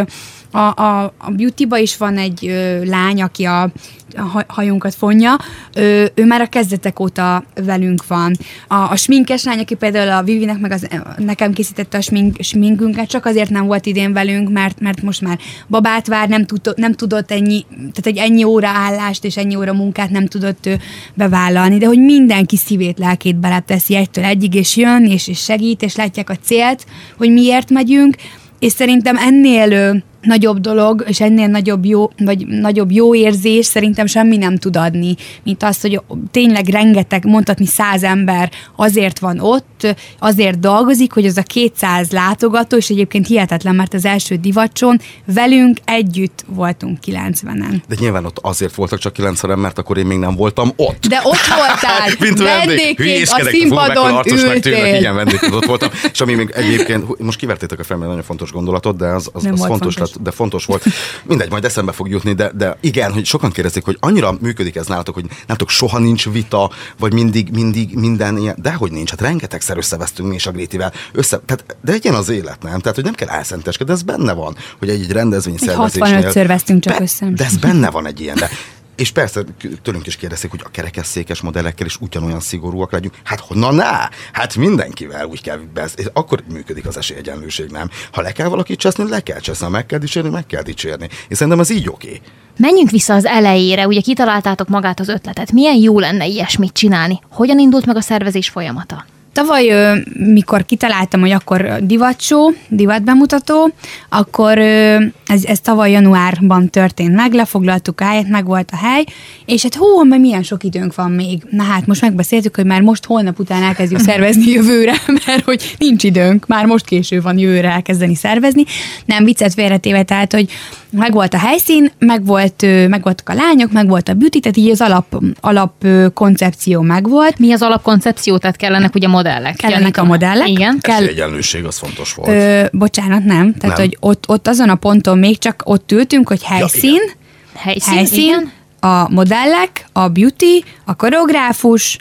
a, a, a beautyba is van egy ö, lány, aki a, a hajunkat fonja, ö, ő már a kezdetek óta velünk van. A, a sminkes lány, aki például a Vivinek meg az, nekem készítette a smink, sminkünket, csak azért nem volt idén velünk, mert, mert most már babát vár, nem, tud, nem tudott ennyi, tehát egy ennyi óra állást és ennyi óra munkát nem tudott ő bevállalni, de hogy mindenki szívét, lelkét beleteszi egytől egyig, és jön, és, és segít, és látják a célt, hogy miért megyünk, és szerintem ennél ö, nagyobb dolog, és ennél nagyobb jó, vagy nagyobb jó érzés szerintem semmi nem tud adni, mint az, hogy tényleg rengeteg, mondhatni száz ember azért van ott, azért dolgozik, hogy az a kétszáz látogató, és egyébként hihetetlen, mert az első divacson velünk együtt voltunk kilencvenen. De nyilván ott azért voltak csak kilencvenen, mert akkor én még nem voltam ott. De ott voltál, vendégként a színpadon ültél. Igen, vendégként ott voltam, és ami még egyébként, most kivertétek a fel, nagyon fontos gondolatot, de az, az, az fontos, fontos. Lett, de fontos volt. Mindegy, majd eszembe fog jutni, de, de igen, hogy sokan kérdezik, hogy annyira működik ez nálatok, hogy nálatok soha nincs vita, vagy mindig, mindig minden ilyen, de hogy nincs, hát rengetegszer összevesztünk mi is a Grétivel, össze, tehát, de egy ilyen az élet, nem? Tehát, hogy nem kell álszenteskedni, de ez benne van, hogy egy, egy rendezvény szervezésnél. hatvanötször vesztünk csak be, össze. De ez benne van egy ilyen, de és persze tőlünk is kérdezik, hogy a kerekesszékes modellekkel is ugyanolyan szigorúak legyünk. Hát na, na, hát mindenkivel úgy kell, és akkor működik az esélyegyenlőség, nem? Ha le kell valakit cseszni, le kell cseszni, ha meg kell dicsérni, meg kell dicsérni. És szerintem ez így oké. Menjünk vissza az elejére, ugye kitaláltátok magát az ötletet. Milyen jó lenne ilyesmit csinálni? Hogyan indult meg a szervezés folyamata? Tavaly, mikor kitaláltam, hogy akkor divatshow, divatbemutató, akkor ez, ez tavaly januárban történt meg, lefoglaltuk a helyet, meg volt a hely, és hát hú, mert milyen sok időnk van még. Na hát most megbeszéltük, hogy már most holnap után elkezdjük szervezni jövőre, mert hogy nincs időnk, már most késő van jövőre elkezdeni szervezni. Nem, viccet félretéve, tehát, hogy meg volt a helyszín, meg, volt, meg voltak a lányok, meg volt a beauty, tehát így az alap, alap koncepció megvolt. Mi az alapkoncepció? Tehát kellenek ugye modellek. Kellenek a modellek. Igen. Kell... Egyenlőség, az fontos volt. Ö, bocsánat, nem. Tehát, nem. hogy ott, ott azon a ponton még csak ott ültünk, hogy helyszín, ja, helyszín, helyszín igen. A modellek, a beauty, a koreográfus,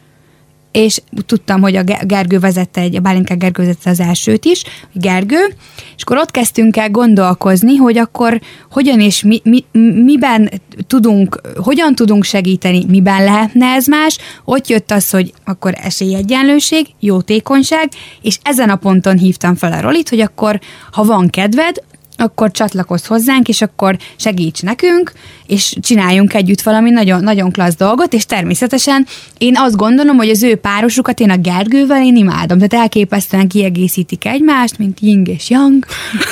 és tudtam, hogy a Gergő vezette, egy, a Bálinka Gergő vezette az elsőt is, Gergő, és akkor ott kezdtünk el gondolkozni, hogy akkor hogyan és mi, mi, miben tudunk, hogyan tudunk segíteni, miben lehetne ez más. Ott jött az, hogy akkor esélyegyenlőség, jótékonyság, és ezen a ponton hívtam fel a Rolit, hogy akkor, ha van kedved, akkor csatlakozz hozzánk, és akkor segíts nekünk, és csináljunk együtt valami nagyon, nagyon klassz dolgot, és természetesen én azt gondolom, hogy az ő párosukat én a Gergővel én imádom, tehát elképesztően kiegészítik egymást, mint Ying és Yang,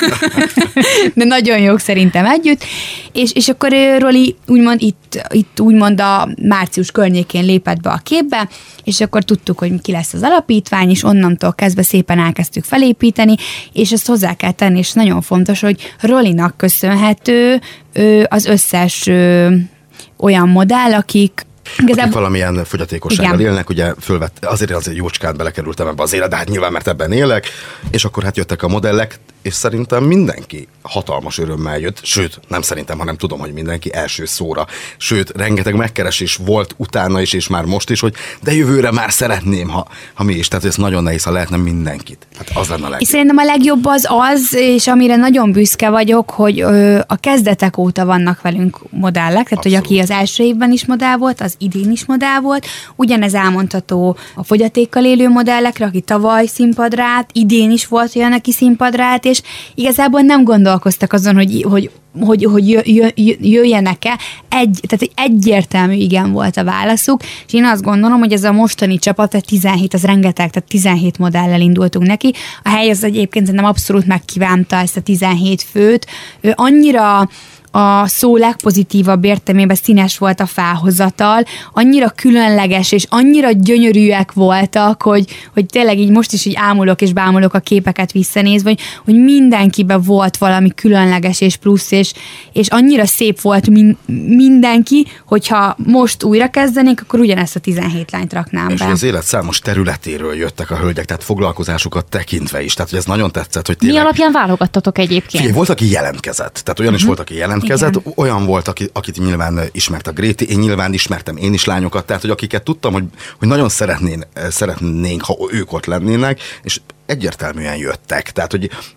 de nagyon jók szerintem együtt, és, és akkor Roli úgymond itt, itt úgymond a március környékén lépett be a képbe, és akkor tudtuk, hogy ki lesz az alapítvány, és onnantól kezdve szépen elkezdtük felépíteni, és ezt hozzá kell tenni, és nagyon fontos, hogy Rolinak köszönhető az összes ö, olyan modell, akik Igazából... akik valamilyen fogyatékossággal élnek, ugye fölvett, azért azért jócskán belekerültem ebbe az életbe, hát nyilván, mert ebben élek, és akkor hát jöttek a modellek, és szerintem mindenki hatalmas örömmel jött, sőt, nem szerintem, hanem tudom, hogy mindenki első szóra, sőt, rengeteg megkeresés volt utána is, és már most is, hogy de jövőre már szeretném, ha, ha mi is, tehát ez nagyon nehéz, ha lehetne mindenkit. Hát az lenne a legjobb. És szerintem a legjobb az az, és amire nagyon büszke vagyok, hogy ö, a kezdetek óta vannak velünk modellek, tehát abszolút. Hogy aki az első évben is modell volt, az idén is modell volt, ugyanez elmondható a fogyatékkal élő modellekre, aki tavaly színpadra állt, idén is volt olyan, aki színpadra állt, és igazából nem gondolkoztak azon, hogy, hogy, hogy, hogy jöjjenek-e. Egy, tehát egy egyértelmű igen volt a válaszuk, és én azt gondolom, hogy ez a mostani csapat, tehát tizenhét, az rengeteg, tehát tizenhét modellel indultunk neki. A hely az egyébként szerintem abszolút megkívánta ezt a tizenhét főt. Ő annyira a szó legpozitívabb értelmében színes volt a felhozatal, annyira különleges és annyira gyönyörűek voltak, hogy, hogy tényleg így most is így ámulok és bámulok a képeket visszanézve, hogy, hogy mindenkiben volt valami különleges és plusz, és, és annyira szép volt min, mindenki, hogyha most újra kezdenénk, akkor ugyanezt a tizenhét lányt raknám és be. És az élet számos területéről jöttek a hölgyek, tehát foglalkozásukat tekintve is, tehát hogy ez nagyon tetszett, hogy tényleg... Mi alapján válogattatok egyébként? Figyelj, volt, aki jelentkezett, tehát olyan uh-huh. is volt, aki jelentkezett, Kezet, olyan volt, aki, akit nyilván ismert a Gréti, én nyilván ismertem én is lányokat, tehát hogy akiket tudtam, hogy, hogy nagyon szeretnénk, szeretnénk, ha ők ott lennének, és egyértelműen jöttek. Tehát, hogy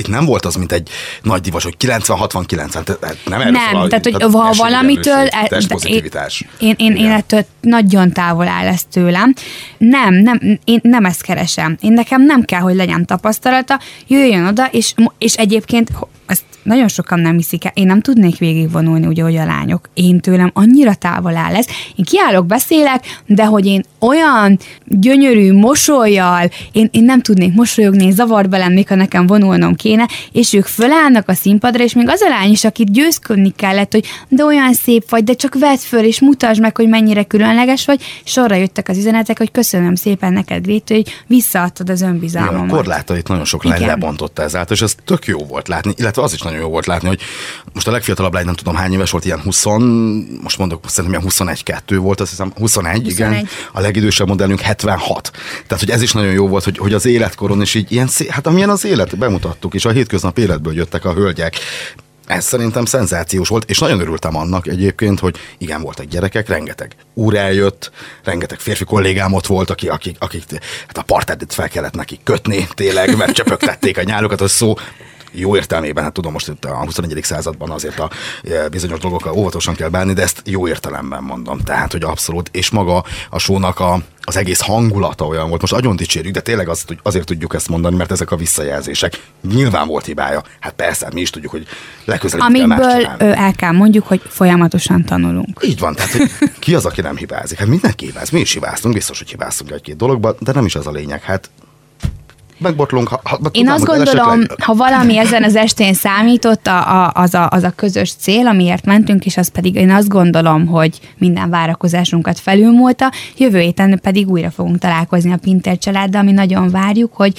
itt nem volt az, mint egy nagy divas, hogy kilencven hatvan kilencven, tehát nem erről Nem, szól, tehát, hogy tehát ha valamitől... testpozitivitás. Én, én, én ettől nagyon távol áll ez tőlem. Nem, nem, én nem ezt keresem. Én nekem nem kell, hogy legyen tapasztalata, jöjjön oda, és, és egyébként ezt nagyon sokan nem hiszik el. Én nem tudnék végigvonulni úgy, ahogy a lányok. Én tőlem annyira távol áll ez. Én kiállok, beszélek, de hogy én olyan gyönyörű mosollyal, én, én nem tudnék mosolyogni, zavarba lennék, ha nekem vonulnom kéne, és ők fölállnak a színpadra, és még az a lány is, akit győzködni kellett, hogy de olyan szép vagy, de csak vedd föl, és mutasd meg, hogy mennyire különleges vagy, és arra jöttek az üzenetek, hogy köszönöm szépen neked, Gréta, hogy visszaadtad az önbizalmamat. Ja, korlátait nagyon sok lány lebontotta ezáltal, és ez tök jó volt látni, illetve az is nagyon jó volt látni, hogy most a legfiatalabb lány, nem tudom hány éves volt, ilyen húsz, most mondok, szerintem ilyen huszonegy kettő volt, azt hiszem huszonegy, huszonegy. Igen, a legidősebb modellünk hetvenhat. Tehát, hogy ez is nagyon jó volt, hogy, hogy az életkoron is így ilyen szép, hát amilyen az élet, bemutattuk, és a hétköznap életből jöttek a hölgyek. Ez szerintem szenzációs volt, és nagyon örültem annak egyébként, hogy igen, voltak gyerekek, rengeteg úr eljött, rengeteg férfi kollégám ott volt, akik, akik, akik hát a partedit fel kellett nekik kötni tényleg, mert csöpögtették a nyálukat, az szó jó értelmében, hát tudom, most itt a huszonegyedik században azért a bizonyos dolgokkal óvatosan kell bánni, de ezt jó értelemben mondom. Tehát, hogy abszolút, és maga a show-nak a, az egész hangulata olyan volt. Most nagyon dicsérjük, de tényleg azt, azért tudjuk ezt mondani, mert ezek a visszajelzések. Nyilván volt hibája. Hát persze, mi is tudjuk, hogy legközelebb kell más csinálni. Amiből el kell mondjuk, hogy folyamatosan tanulunk. Így van, tehát hogy ki az, aki nem hibázik? Hát mindenki hibáz, mi is hibáztunk, biztos, hogy hibáztunk egy-két dologban, de nem is az a lényeg. Hát megbotlunk. Ha, ha, Én tudom, azt gondolom, le... ha valami ezen az estén számított, a, a, az, a, az a közös cél, amiért mentünk, és az pedig én azt gondolom, hogy minden várakozásunkat felülmúlta. Jövő héten pedig újra fogunk találkozni a Pintér családdal, ami nagyon várjuk, hogy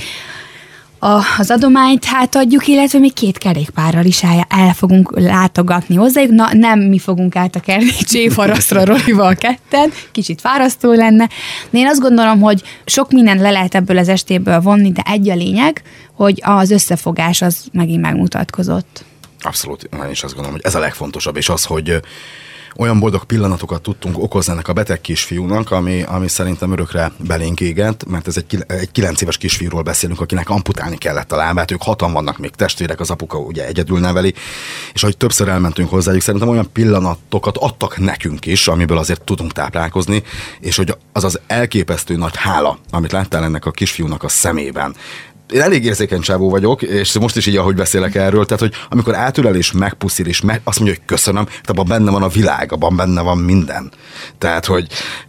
a, az adományt hát adjuk, illetve még két kerékpárral is el, el fogunk látogatni hozzájuk. Na, nem mi fogunk át a kerti cséfarasztra Rolival ketten, kicsit fárasztó lenne. De én azt gondolom, hogy sok mindent le lehet ebből az estéből vonni, de egy a lényeg, hogy az összefogás az megint megmutatkozott. Abszolút, én is azt gondolom, hogy ez a legfontosabb, és az, hogy olyan boldog pillanatokat tudtunk okozni ennek a beteg kisfiúnak, ami, ami szerintem örökre belénk égett, mert ez egy, egy kilenc éves kisfiúról beszélünk, akinek amputálni kellett a lábát, ők hatan vannak még testvérek, az apuka ugye egyedül neveli, és ahogy többször elmentünk hozzájuk, szerintem olyan pillanatokat adtak nekünk is, amiből azért tudunk táplálkozni, és hogy az az elképesztő nagy hála, amit láttál ennek a kisfiúnak a szemében. Én elég érzékeny csávó vagyok, és most is így, ahogy beszélek erről, tehát, hogy amikor átölel és megpuszil, és meg, azt mondja, hogy köszönöm, tehát abban benne van a világ, abban benne van minden. Tehát, hogy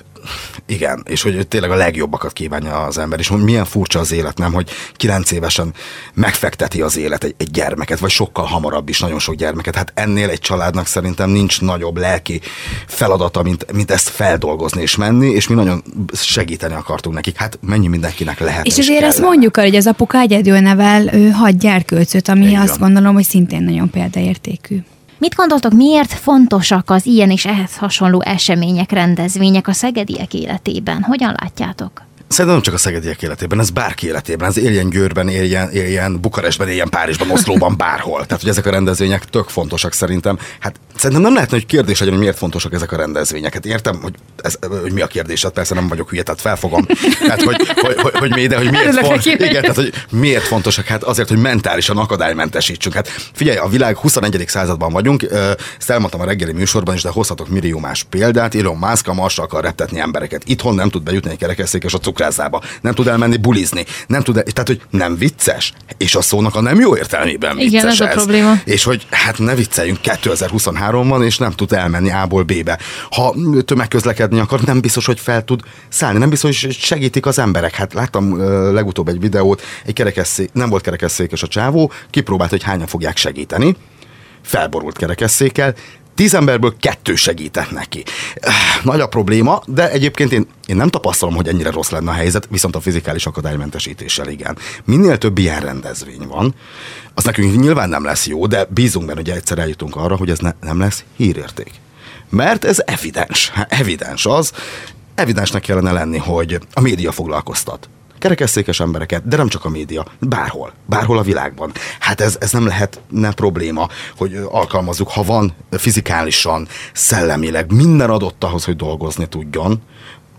igen, és hogy tényleg a legjobbakat kívánja az ember, és hogy milyen furcsa az élet, nem, hogy kilenc évesen megfekteti az élet egy, egy gyermeket, vagy sokkal hamarabb is nagyon sok gyermeket. Hát ennél egy családnak szerintem nincs nagyobb lelki feladata, mint, mint ezt feldolgozni és menni, és mi nagyon segíteni akartunk nekik. Hát mennyi mindenkinek lehet. És azért ezt mondjuk el, hogy az apuka egyedül nevel ő hat gyerkőcöt, ami igen, azt gondolom, hogy szintén nagyon példaértékű. Mit gondoltok, miért fontosak az ilyen és ehhez hasonló események, rendezvények a szegediek életében? Hogyan látjátok? Szerintem nem csak a szegediek életében, ez bárki életében, ez éljen Győrben, éljen, éljen Bukarestben, éljen Párizsban, Oszlóban, bárhol. Tehát, hogy ezek a rendezvények tök fontosak szerintem. Hát szerintem nem lehetne, hogy kérdés legyen, hogy miért fontosak ezek a rendezvények. Hát értem, hogy, ez, hogy mi a kérdés, hát persze nem vagyok hülye, tehát felfogom. Tehát, hogy, hogy, hogy, hogy, mi, de, hogy miért, font, igen, tehát, hogy miért fontosak? Hát azért, hogy mentálisan akadálymentesítsünk. Hát figyelj, a világ huszonegyedik században vagyunk, ezt elmondtam a reggeli műsorban is, de hozhatok millió más példát. Elon Musk a Marsra akar reptetni embereket. Itthon nem tud bejutni egy kerekesszékes a cukrászdába, nem tud elmenni bulizni, nem tud, el, tehát hogy nem vicces, és a szónak a nem jó értelmében vicces. Igen, ez a probléma. És hogy hát ne vicceljünk, kétezer-huszonhárom van, és nem tud elmenni A-ból B-be. Ha tömegközlekedni akar, nem biztos, hogy fel tud szállni, nem biztos, hogy segítik az emberek. Hát láttam uh, legutóbb egy videót, egy kerekesszék, nem volt kerekesszékes a csávó, kipróbált, hogy hányan fogják segíteni, felborult kerekesszékkel, tíz emberből kettő segített neki. Nagy a probléma, de egyébként én, én nem tapasztalom, hogy ennyire rossz lenne a helyzet, viszont a fizikális akadálymentesítéssel igen. Minél több ilyen rendezvény van, az nekünk nyilván nem lesz jó, de bízunk benne, hogy egyszer eljutunk arra, hogy ez ne, nem lesz hírérték. Mert ez evidens. Evidens az, evidensnek kellene lenni, hogy a média foglalkoztat kerekesszékes embereket, de nem csak a média, bárhol, bárhol a világban. Hát ez, ez nem lehetne probléma, hogy alkalmazzuk, ha van fizikálisan, szellemileg, minden adott ahhoz, hogy dolgozni tudjon,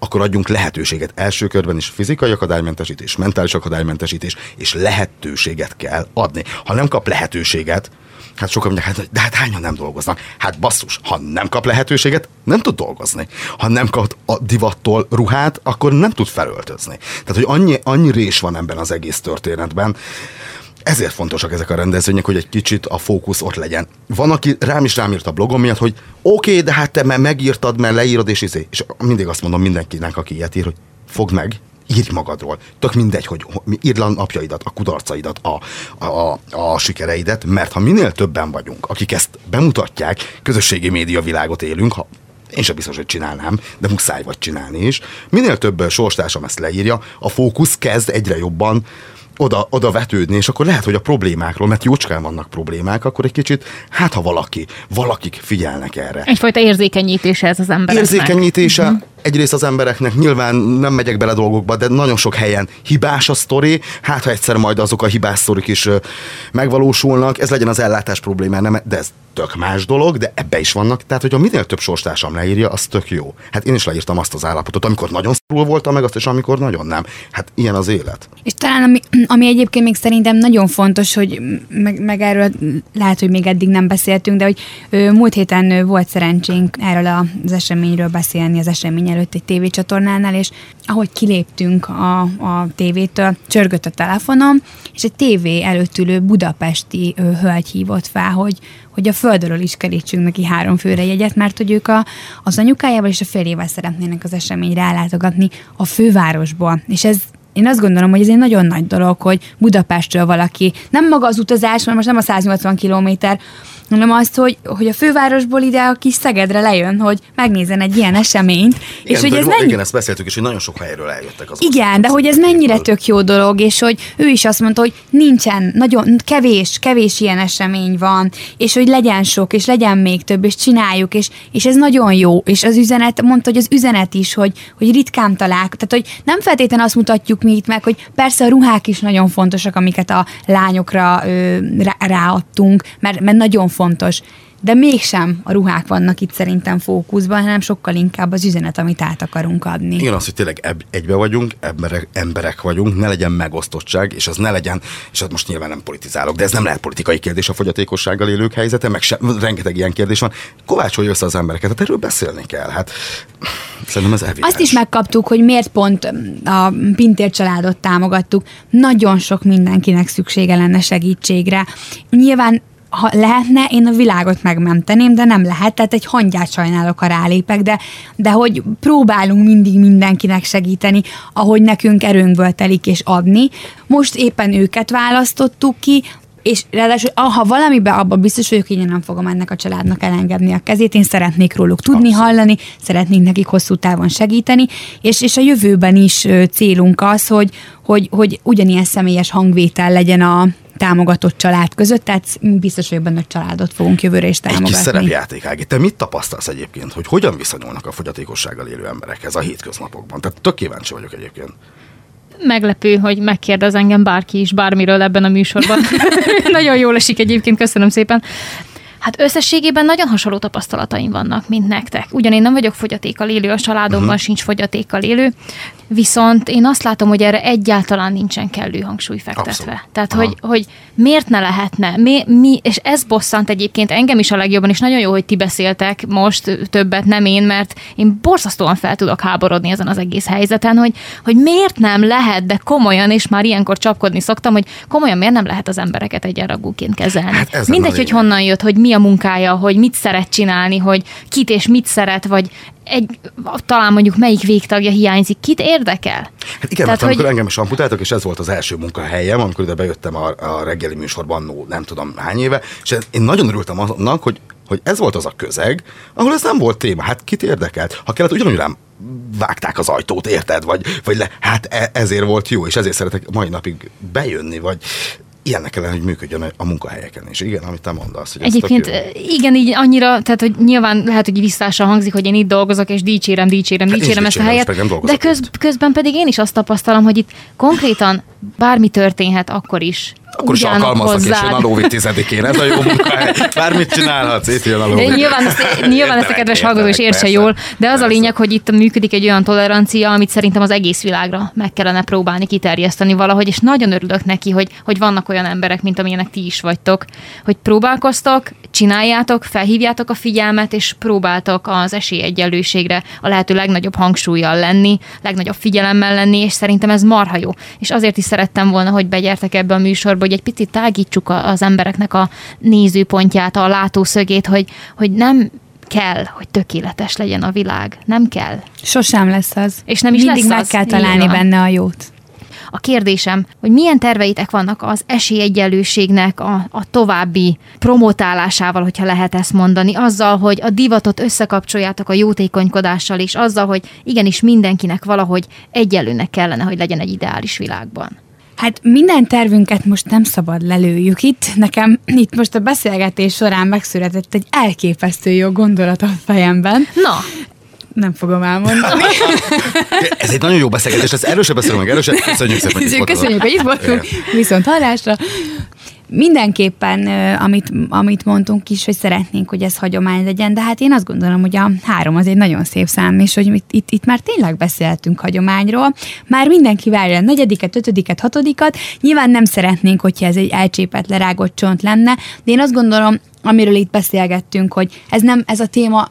akkor adjunk lehetőséget első körben is fizikai akadálymentesítés, mentális akadálymentesítés, és lehetőséget kell adni. Ha nem kap lehetőséget, hát sokan mondják, hát, de hát hányan nem dolgoznak? Hát basszus, ha nem kap lehetőséget, nem tud dolgozni. Ha nem kap a divattól ruhát, akkor nem tud felöltözni. Tehát, hogy annyi, annyi rés van ebben az egész történetben. Ezért fontosak ezek a rendezvények, hogy egy kicsit a fókusz ott legyen. Van, aki rám is rám írt a blogom miatt, hogy oké, okay, de hát te mert megírtad, mert leírod, és izé. És mindig azt mondom mindenkinek, aki ilyet ír, hogy fogd meg, írj magadról. Tök mindegy, hogy írd le a napjaidat, a kudarcaidat, a, a, a, a sikereidet, mert ha minél többen vagyunk, akik ezt bemutatják, közösségi média világot élünk, ha én sem biztos, hogy csinálnám, de muszáj vagy csinálni is. Minél több sorstársam ezt leírja, a fókusz kezd egyre jobban oda, oda vetődni, és akkor lehet, hogy a problémákról, mert jócskán vannak problémák, akkor egy kicsit, hát ha valaki, valakik figyelnek erre. Egyfajta érzékenyítése ez az embereknek. Érzékenyítése, uh-huh. Egyrészt az embereknek, nyilván nem megyek bele dolgokba, de nagyon sok helyen hibás a sztori, hát ha egyszer majd azok a hibás sztorik is megvalósulnak, ez legyen az ellátás probléma, nem, de ez tök más dolog, de ebbe is vannak, tehát hogyha minél több sorstársam leírja, az tök jó. Hát én is leírtam azt az állapotot, amikor nagyon szarul voltam, meg azt is, amikor nagyon nem. Hát ilyen az élet. És talán ami, ami egyébként még szerintem nagyon fontos, hogy meg, meg erről lehet, hogy még eddig nem beszéltünk, de hogy ö, múlt héten ö, volt szerencsénk erről az eseményről beszélni az esemény előtt egy tévécsatornánál, és ahogy kiléptünk a, a tévétől, csörgött a telefonom, és egy tévé előtt ülő budapesti ö, hölgy hívott fel, hogy, hogy a földről is kerítsünk neki három főre jegyet, mert hogy ők a, az anyukájával és a férjével szeretnének az eseményre ellátogatni a fővárosból. És ez én azt gondolom, hogy ez egy nagyon nagy dolog, hogy Budapestről valaki, nem maga az utazás, mert most nem a száznyolcvan kilométer, hanem azt, hogy, hogy a fővárosból ide a kis Szegedre lejön, hogy megnézzen egy ilyen eseményt. Igen, és hogy ez mennyi... igen, ezt beszéltük is, hogy nagyon sok helyről eljöttek az igen, de hogy ez mennyire tök jó dolog, és hogy ő is azt mondta, hogy nincsen, nagyon kevés, kevés ilyen esemény van, és hogy legyen sok, és legyen még több, és csináljuk, és, és ez nagyon jó. És az üzenet, mondta, hogy az üzenet is, hogy, hogy ritkán találkozunk. Tehát, hogy nem feltétlenül azt mutatjuk mi itt meg, hogy persze a ruhák is nagyon fontosak, amiket a lányokra ö, rá, ráadtunk, mert, mert nagyon fontos. De mégsem a ruhák vannak itt szerintem fókuszban, hanem sokkal inkább az üzenet, amit át akarunk adni. Igen, az, hogy tényleg eb- egybe vagyunk, emberek, emberek vagyunk, ne legyen megosztottság, és az ne legyen, és hát most nyilván nem politizálok, de ez nem lehet politikai kérdés a fogyatékossággal élők helyzete, meg se, rengeteg ilyen kérdés van. Kovácsolja össze az embereket, hát erről beszélni kell. Hát szerintem ez evidens. Azt is megkaptuk, hogy miért pont a Pintér családot támogattuk. Nagyon sok mindenkinek szüksége lenne segítségre. Nyilván ha lehetne, én a világot megmenteném, de nem lehet, tehát egy hangyát sajnálok, ha rálépek, de, de hogy próbálunk mindig mindenkinek segíteni, ahogy nekünk erőnkből telik és adni. Most éppen őket választottuk ki, és ráadásul, ha valamiben abban biztos vagyok, hogy én nem fogom ennek a családnak elengedni a kezét, én szeretnék róluk tudni, abszolút hallani, szeretnék nekik hosszú távon segíteni, és, és a jövőben is célunk az, hogy, hogy, hogy ugyanilyen személyes hangvétel legyen a támogatott család között, tehát biztos vagyok benne, hogy családot fogunk jövőre is támogatni. Egy kis szerepjáték, Ági. Te mit tapasztalsz egyébként, hogy hogyan viszonyulnak a fogyatékossággal élő emberekhez a hétköznapokban? Tehát tök kíváncsi vagyok egyébként. Meglepő, hogy megkérdez engem bárki is bármiről ebben a műsorban. Nagyon jól esik egyébként, köszönöm szépen. Hát összességében nagyon hasonló tapasztalataim vannak, mint nektek. Ugyan én nem vagyok fogyatékkal élő, a családomban uh-huh. sincs fogyatékkal élő, viszont én azt látom, hogy erre egyáltalán nincsen kellő hangsúly fektetve. Abszolút. Tehát, hogy, hogy miért ne lehetne? Mi, mi, és ez bosszant egyébként engem is a legjobban, és nagyon jó, hogy ti beszéltek most többet, nem én, mert én borzasztóan fel tudok háborodni ezen az egész helyzeten, hogy, hogy miért nem lehet, de komolyan, és már ilyenkor csapkodni szoktam, hogy komolyan miért nem lehet az embereket egyenragúként kezelni. Hát mindegy, hogy honnan jött, hogy mi a munkája, hogy mit szeret csinálni, hogy kit és mit szeret, vagy egy, talán mondjuk melyik végtagja hiányzik, kit érdekel? Hát igen, mert amikor hogy... engem is amputáltak, és ez volt az első munkahelyem, amikor ide bejöttem a, a reggeli műsorban, no, nem tudom hány éve, és én nagyon örültem annak, hogy, hogy ez volt az a közeg, ahol ez nem volt téma. Hát kit érdekelt? Ha kellett, ugyanúgy rám vágták az ajtót, érted? Vagy, vagy le, hát ezért volt jó, és ezért szeretek mai napig bejönni, vagy ilyennek kellene, hogy működjön a munkahelyeken is. Igen, amit te mondasz. Hogy egyébként igen, így annyira, tehát hogy nyilván lehet, hogy visszásra hangzik, hogy én itt dolgozok, és dicsérem, dicsérem, hát dicsérem ezt a helyet, de köz, közben pedig én is azt tapasztalom, hogy itt konkrétan bármi történhet akkor is, Akkor is alkalmaznak, és jön a lóvi tizedikén. Ez a jó munkahely. Bármit csinálhatsz, itt jön a lóvi. Nyilván ezt, nyilván ezt a kedves hallgató is értse jól, de az a lényeg, hogy itt működik egy olyan tolerancia, amit szerintem az egész világra meg kellene próbálni kiterjeszteni valahogy, és nagyon örülök neki, hogy, hogy vannak olyan emberek, mint amilyenek ti is vagytok, hogy próbálkoztok, csináljátok, felhívjátok a figyelmet, és próbáltok az esélyegyenlőségre a lehető legnagyobb hangsúllyal lenni, legnagyobb figyelemmel lenni, és szerintem ez marha jó. És azért is szerettem volna, hogy begyertek ebbe a műsorba, hogy egy picit tágítsuk az embereknek a nézőpontját, a látószögét, hogy, hogy nem kell, hogy tökéletes legyen a világ. Nem kell. Sosem lesz az. És nem is Mindig lesz meg az. kell találni benne a jót. A kérdésem, hogy milyen terveitek vannak az esélyegyenlőségnek a, a további promotálásával, hogyha lehet ezt mondani, azzal, hogy a divatot összekapcsoljátok a jótékonykodással, és azzal, hogy igenis mindenkinek valahogy egyenlőnek kellene, hogy legyen egy ideális világban. Hát minden tervünket most nem szabad lelőjük itt. Nekem itt most a beszélgetés során megszületett egy elképesztő jó gondolat a fejemben. Na, nem fogom elmondani. Ez egy nagyon jó beszélgetés, ezt erről sem beszélünk meg, erről sem. Köszönjük szépen, hogy itt Köszönjük, hogy itt voltunk, viszont hallásra. Mindenképpen, amit, amit mondtunk is, hogy szeretnénk, hogy ez hagyomány legyen, de hát én azt gondolom, hogy a három az egy nagyon szép szám, és hogy itt, itt, itt már tényleg beszéltünk hagyományról. Már mindenki várja a negyediket, ötödiket, hatodikat. Nyilván nem szeretnénk, hogyha ez egy elcsépett, lerágott csont lenne, de én azt gondolom, amiről itt beszélgettünk, hogy ez nem, ez a téma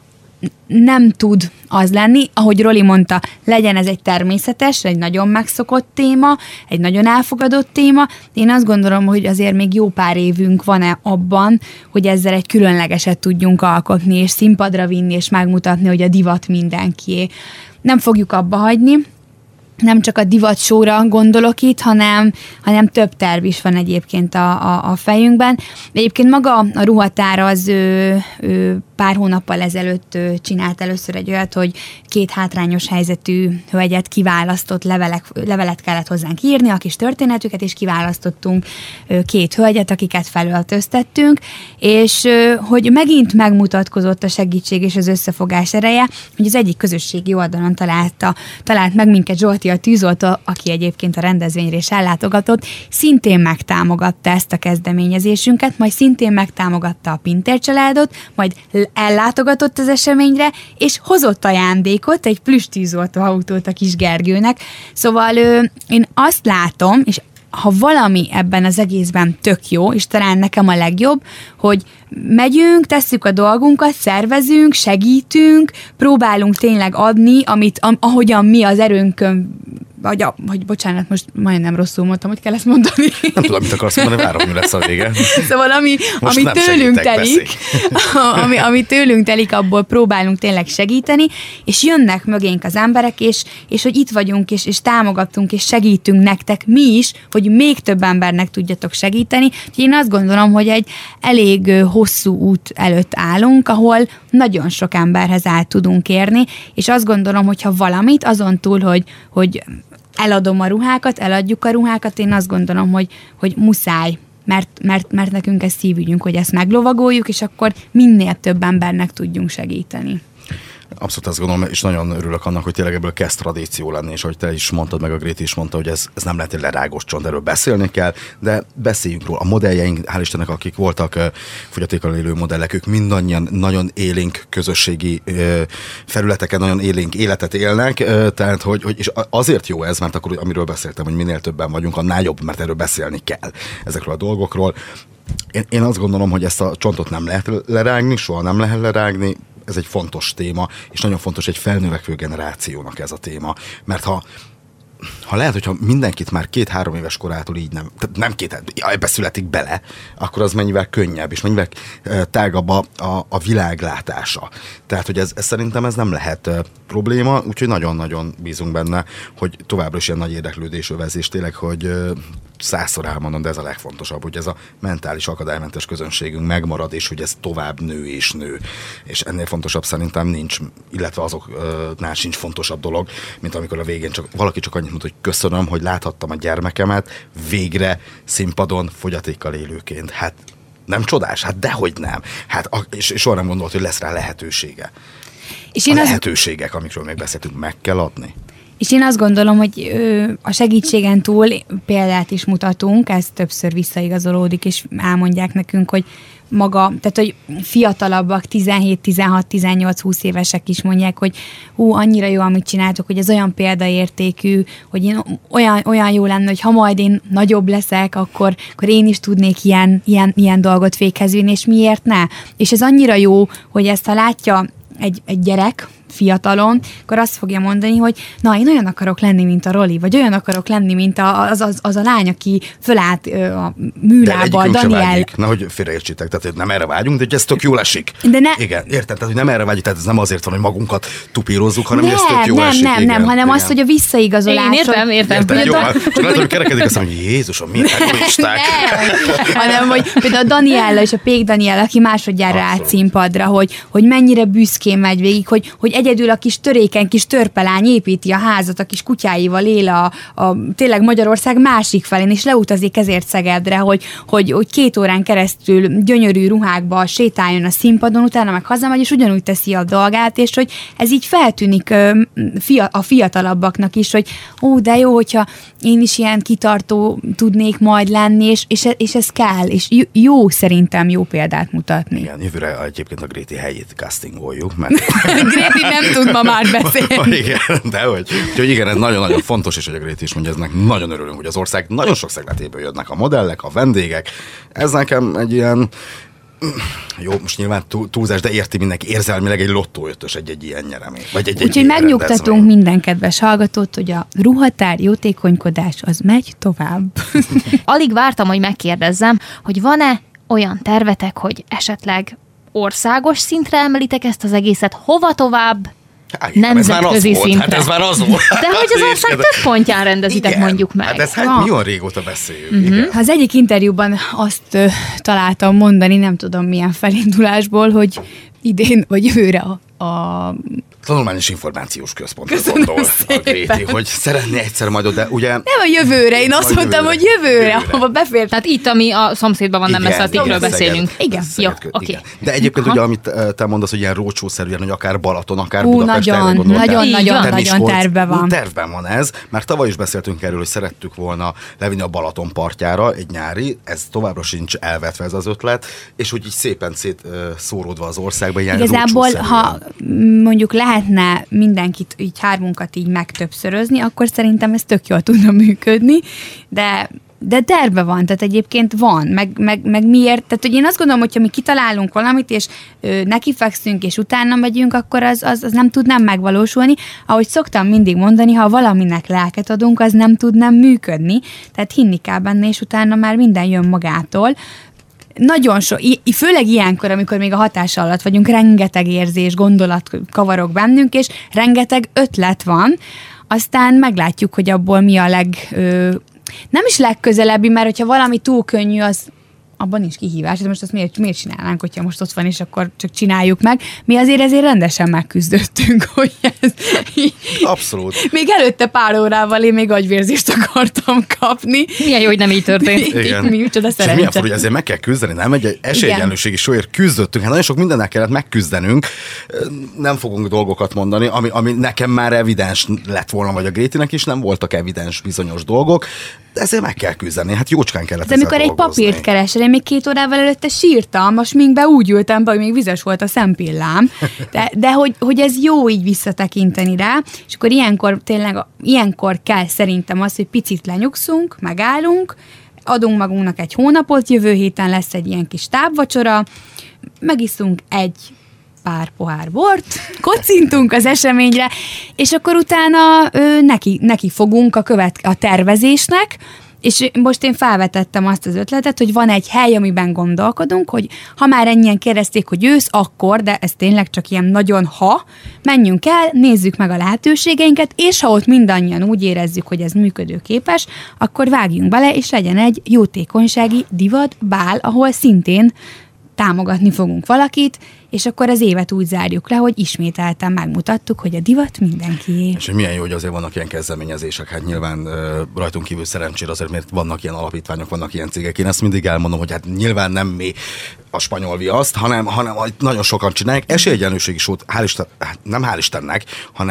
nem tud az lenni, ahogy Roli mondta, legyen ez egy természetes, egy nagyon megszokott téma, egy nagyon elfogadott téma. Én azt gondolom, hogy azért még jó pár évünk van-e abban, hogy ezzel egy különlegeset tudjunk alkotni, és színpadra vinni, és megmutatni, hogy a divat mindenkié. Nem fogjuk abba hagyni. Nem csak a divatsóra gondolok itt, hanem, hanem több terv is van egyébként a, a, a fejünkben. Egyébként maga a ruhatár az ő, ő pár hónappal ezelőtt csinált először egy olyat, hogy két hátrányos helyzetű hölgyet kiválasztott, levelek, levelet kellett hozzánk írni, a kis történetüket, és kiválasztottunk két hölgyet, akiket felöltöztettünk, és hogy megint megmutatkozott a segítség és az összefogás ereje, hogy az egyik közösségi oldalon találta, talált meg minket Zsolti a tűzoltó, aki egyébként a rendezvényre is ellátogatott, szintén megtámogatta ezt a kezdeményezésünket, majd szintén megtámogatta a Pintér családot, majd ellátogatott az eseményre, és hozott ajándékot, egy plüss tűzoltó autót a kis Gergőnek. Szóval ő, én azt látom, és ha valami ebben az egészben tök jó, és talán nekem a legjobb, hogy megyünk, tesszük a dolgunkat, szervezünk, segítünk, próbálunk tényleg adni, amit, ahogyan mi az erőnkön, vagy, a, vagy bocsánat, most majdnem rosszul mondtam, hogy kell ezt mondani. Nem tudom, mit akarsz mondani, várom, mi lesz a vége. Szóval ami, ami tőlünk telik, ami, ami tőlünk telik, abból próbálunk tényleg segíteni, és jönnek mögénk az emberek, és, és hogy itt vagyunk, és, és támogatunk, és segítünk nektek mi is, hogy még több embernek tudjatok segíteni. Úgyhogy én azt gondolom, hogy egy elég hosszú út előtt állunk, ahol nagyon sok emberhez át tudunk érni, és azt gondolom, hogyha valamit azon túl, hogy, hogy eladom a ruhákat, eladjuk a ruhákat, én azt gondolom, hogy, hogy muszáj, mert, mert, mert nekünk ez szívügyünk, hogy ezt meglovagoljuk, és akkor minél több embernek tudjunk segíteni. Abszolút azt gondolom, és nagyon örülök annak, hogy tényleg ebből kezd tradíció lenni, és ahogy te is mondtad, meg a Gréti is mondta, hogy ez, ez nem lehet egy lerágos csont, erről beszélni kell, de beszéljünk róla. A modelljeink, hál' Istennek, akik voltak uh, fogyatékkal élő modellek, ők mindannyian nagyon élénk közösségi uh, felületeken, nagyon élénk életet élnek, uh, tehát hogy, hogy és azért jó ez, mert akkor, amiről beszéltem, hogy minél többen vagyunk, annál jobb, mert erről beszélni kell ezekről a dolgokról. Én, én azt gondolom, hogy ezt a csontot nem lehet lerágni, soha nem lehet lerágni. Ez egy fontos téma, és nagyon fontos egy felnövekvő generációnak ez a téma. Mert ha, ha lehet, hogyha mindenkit már két-három éves korától így nem, tehát nem két, ebbe születik bele, akkor az mennyivel könnyebb, és mennyivel tágabb a, a, a világlátása. Tehát, hogy ez, ez szerintem ez nem lehet uh, probléma, úgyhogy nagyon-nagyon bízunk benne, hogy továbbra is ilyen nagy érdeklődés övez, és tényleg, hogy uh, százszor elmondom, de ez a legfontosabb, hogy ez a mentális akadálymentes közönségünk megmarad, és hogy ez tovább nő és nő. És ennél fontosabb szerintem nincs, illetve azoknál sincs fontosabb dolog, mint amikor a végén csak valaki csak annyit mond, hogy köszönöm, hogy láthattam a gyermekemet végre színpadon fogyatékkal élőként. Hát nem csodás? Hát dehogy nem. Hát, és, és soha nem gondolt, hogy lesz rá lehetősége. És én a az... lehetőségek, amikről még beszéltünk, meg kell adni. És én azt gondolom, hogy ö, a segítségen túl példát is mutatunk, ez többször visszaigazolódik, és elmondják nekünk, hogy maga, tehát hogy fiatalabbak, tizenhét, tizenhat, tizennyolc, húsz évesek is mondják, hogy hú, annyira jó, amit csináltok, hogy ez olyan példaértékű, hogy én olyan, olyan jó lenne, hogy ha majd én nagyobb leszek, akkor, akkor én is tudnék ilyen, ilyen, ilyen dolgot véghez vinni, és miért ne? És ez annyira jó, hogy ezt ha látja egy, egy gyerek, fiatalon, akkor azt fogja mondani, hogy na, én olyan akarok lenni, mint a Roli, vagy olyan akarok lenni, mint a, az, az, az a lány, aki fölállt a műlába, Daniel. Na, hogy félreértsétek, tehát nem erre vágyunk, de hogy ez tök jól esik. De ne... Igen, érted, tehát hogy nem erre vágyunk, tehát ez nem azért van, hogy magunkat tupírozzuk, hanem nem, hogy ez tök jól nem, esik. Nem, nem, nem, hanem igen. Azt, hogy a visszaigazolás. Én értem, értem. Érted, értem. jó, hát, lehet, hogy kerekedik azt mondom, hogy Jézusom, milyen egoisták. Hanem, hogy például a Daniella és a Pék Daniel, aki másodjára állt színpadra, hogy, hogy mennyire büszkén megy végig, hogy, hogy egyedül a kis törékeny kis törpelány építi a házat a kis kutyáival, él a, a tényleg Magyarország másik felén, és leutazik ezért Szegedre, hogy, hogy, hogy két órán keresztül gyönyörű ruhákba sétáljon a színpadon, utána meg hazamegy, és ugyanúgy teszi a dolgát, és hogy ez így feltűnik a fiatalabbaknak is, hogy ó, de jó, hogyha én is ilyen kitartó tudnék majd lenni, és, és, és ez kell, és jó szerintem jó példát mutatni. Igen, jövőre egyébként a Gréti helyét castingoljuk, mert... Gréti nem tud ma már beszélni. Igen, de hogy, hogy igen, ez nagyon-nagyon fontos, és hogy a Gréti is mondja, eznek nagyon örülünk, hogy az ország nagyon sok szegletéből jönnek a modellek, a vendégek. Ez nekem egy ilyen, jó, most nyilván túlzás, de érti mindenki, érzelmileg egy lottóötös egy-egy ilyen nyeremény. Úgyhogy megnyugtatunk minden kedves hallgatót, hogy a ruhatár jótékonykodás az megy tovább. Alig vártam, hogy megkérdezzem, hogy van-e olyan tervetek, hogy esetleg országos szintre emelitek ezt az egészet, hova tovább? Há, igen, nemzetközi szintre. Hát ez már az volt. De hogy az ország több pontján rendezitek, igen, mondjuk meg. Hát ez hát mi olyan régóta beszéljük. Uh-huh. Igen. Az egyik interjúban azt ö, találtam mondani, nem tudom milyen felindulásból, hogy idén vagy jövőre a, a Tanulmányos Információs Központra gondol a Gréti, hogy szeretné egyszer majd, de ugye... Nem a jövőre, én azt mondtam, hogy jövőre, jövőre. Ahova befér. Tehát itt, ami a szomszédban van, nem messze a tikről beszélünk. Igen. Jó, oké. Okay. De egyébként ugye, amit te mondasz, hogy ilyen rócsószerűen, hogy akár Balaton, akár Ú, Budapest, nagyon, nagyon, nagyon, nagyon tervben van. Tervben van ez, mert tavaly is beszéltünk erről, hogy szerettük volna levinni a Balaton partjára egy nyári, ez továbbra sincs elvetve ez az ötlet, és hogy így szépen szét szóródva az országban ilyen igazából, ha mondjuk lehetne mindenkit, így hármunkat így megtöbbszörözni, akkor szerintem ez tök jól tudna működni, de de terve van, tehát egyébként van, meg, meg, meg miért, tehát hogy én azt gondolom, hogyha mi kitalálunk valamit, és ö, nekifekszünk, és utána megyünk, akkor az, az, az nem tud nem megvalósulni. Ahogy szoktam mindig mondani, ha valaminek lelket adunk, az nem tud nem működni, tehát hinni kell benne, és utána már minden jön magától. Nagyon so, főleg ilyenkor, amikor még a hatás alatt vagyunk, rengeteg érzés, gondolat kavarok bennünk, és rengeteg ötlet van, aztán meglátjuk, hogy abból mi a leg... Ö, nem is legközelebbi, mert hogyha valami túl könnyű, az abban nincs kihívás. De most azt miért, miért csinálnánk, hogyha most ott van, és akkor csak csináljuk meg. Mi azért ezért rendesen megküzdöttünk, hogy ez... Abszolút. Még előtte pár órával én még agyvérzést akartam kapni. Milyen jó, hogy nem így történt. Igen. Mi micsoda szerencse. Milyen fura, hogy ezért meg kell küzdeni, nem? Egy esélyegyenlőségi sóért küzdöttünk, hát nagyon sok mindennel kellett megküzdenünk. Nem fogunk dolgokat mondani, ami, ami nekem már evidens lett volna, vagy a Grétinek is nem voltak evidens bizonyos dolgok, de ezért meg kell küzdeni, hát jócskán kellett. De amikor egy papírt keresel, én még két órával előtte sírtam, most minkbe úgy ültem be, hogy még vizes volt a szempillám, de, de hogy, hogy ez jó így visszatekinteni rá, és akkor ilyenkor tényleg, ilyenkor kell szerintem az, hogy picit lenyugszunk, megállunk, adunk magunknak egy hónapot, jövő héten lesz egy ilyen kis tábvacsora, megiszunk egy pár pohár bort, kocintunk az eseményre, és akkor utána ö, neki, neki fogunk a, követ, a tervezésnek, és most én felvetettem azt az ötletet, hogy van egy hely, amiben gondolkodunk, hogy ha már ennyien kérdezték, hogy ősz, akkor, de ez tényleg csak ilyen nagyon ha, menjünk el, nézzük meg a lehetőségeinket, és ha ott mindannyian úgy érezzük, hogy ez működőképes, akkor vágjunk bele, és legyen egy jótékonysági divat bál, ahol szintén támogatni fogunk valakit, és akkor az évet úgy zárjuk le, hogy ismételten megmutattuk, hogy a divat mindenkié. És hogy milyen jó, hogy azért vannak ilyen kezdeményezések, hát nyilván uh, rajtunk kívül szerencsére azért, mert vannak ilyen alapítványok, vannak ilyen cégek. Én ezt mindig elmondom, hogy hát nyilván nem mi a spanyol viaszt, hanem, hanem nagyon sokan csinálják. Esélyegyenlőségi sót, hál' Isten, hát nem hál' Istennek, hanem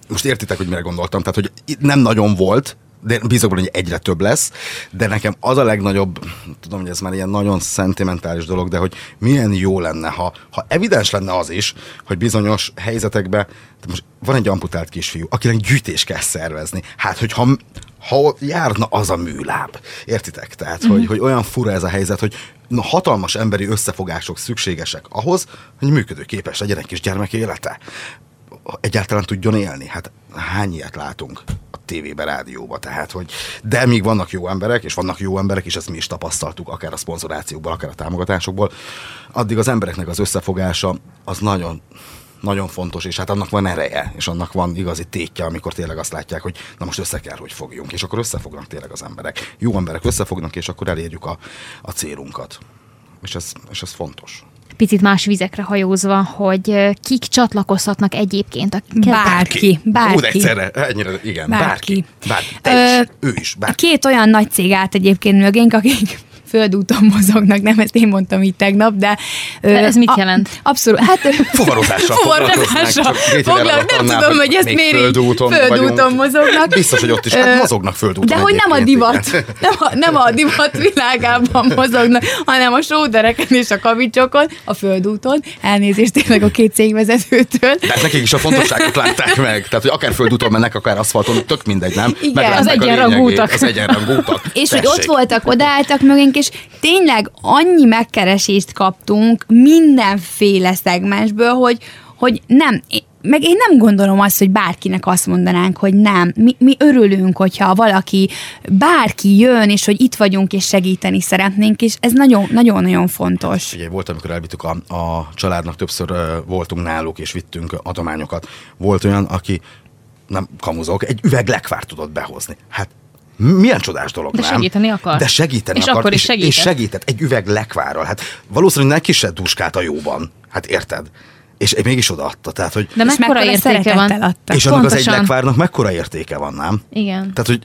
most értitek, hogy mire gondoltam, tehát hogy nem nagyon volt, de bízok benne, hogy egyre több lesz, de nekem az a legnagyobb, tudom, hogy ez már ilyen nagyon szentimentális dolog, de hogy milyen jó lenne, ha, ha evidens lenne az is, hogy bizonyos helyzetekben, most van egy amputált kisfiú, akinek gyűjtés kell szervezni. Hát, hogyha ha járna az a műláb. Értitek? Tehát, uh-huh. hogy, hogy olyan fura ez a helyzet, hogy na, hatalmas emberi összefogások szükségesek ahhoz, hogy működőképes legyen egy kis gyermek élete. Egyáltalán tudjon élni. Hát hány ilyet látunk a tévében, rádióban, tehát, hogy de még vannak jó emberek, és vannak jó emberek, és ezt mi is tapasztaltuk, akár a szponzorációkból, akár a támogatásokból, addig az embereknek az összefogása az nagyon, nagyon fontos, és hát annak van ereje, és annak van igazi tétje, amikor tényleg azt látják, hogy na most össze kell, hogy fogjunk, és akkor összefognak tényleg az emberek. Jó emberek összefognak, és akkor elérjük a, a célunkat. És ez, és ez fontos. Picit más vizekre hajózva, hogy kik csatlakozhatnak egyébként. A bárki. Bárki. Úgy egyszerre, ennyire, igen, bárki. Bárki. bárki. Te is, Ö, ő is, bárki. Két olyan nagy cég állt egyébként mögénk, akik földúton mozognak, nem ezt én mondtam így tegnap, de... de ez mit jelent? A, abszolút, hát... Fuvarozással foglalkoznak. Foglal, nem tudom, hogy ezt miért földúton, földúton mozognak. Biztos, hogy ott is hát mozognak földúton. De hogy nem a divat, nem a, nem a divat világában mozognak, hanem a sódereken és a kavicsokon, a földúton. Elnézést tényleg a két cégvezetőtől. Tehát nekik is a fontosságot látták meg. Tehát, hogy akár földúton mennek, akár aszfalton, tök mindegy, nem? Igen, az egyenrangú utak. Az egyenrangú utak. És hogy ott voltak, odaálltak mögénk, és tényleg annyi megkeresést kaptunk mindenféle szegmensből, hogy, hogy nem, meg én nem gondolom azt, hogy bárkinek azt mondanánk, hogy nem. Mi, mi örülünk, hogyha valaki, bárki jön, és hogy itt vagyunk, és segíteni szeretnénk, és ez nagyon-nagyon fontos. Ugye volt, amikor elvittük a, a családnak, többször uh, voltunk náluk, és vittünk adományokat. Volt olyan, aki, nem kamuzok, egy üveg lekvárt tudott behozni. Hát milyen csodás dolog, de nem? segíteni akar. De segíteni és akar. Akkor is és, segített. és segített egy üveg lekvárral. Hát valószínűleg neki se duskált a jóban. Hát érted? És mégis odaadta. Tehát, hogy de mekkora értéke van. Eladta. És annak az egy lekvárnak mekkora értéke van, nem? Igen. Tehát, hogy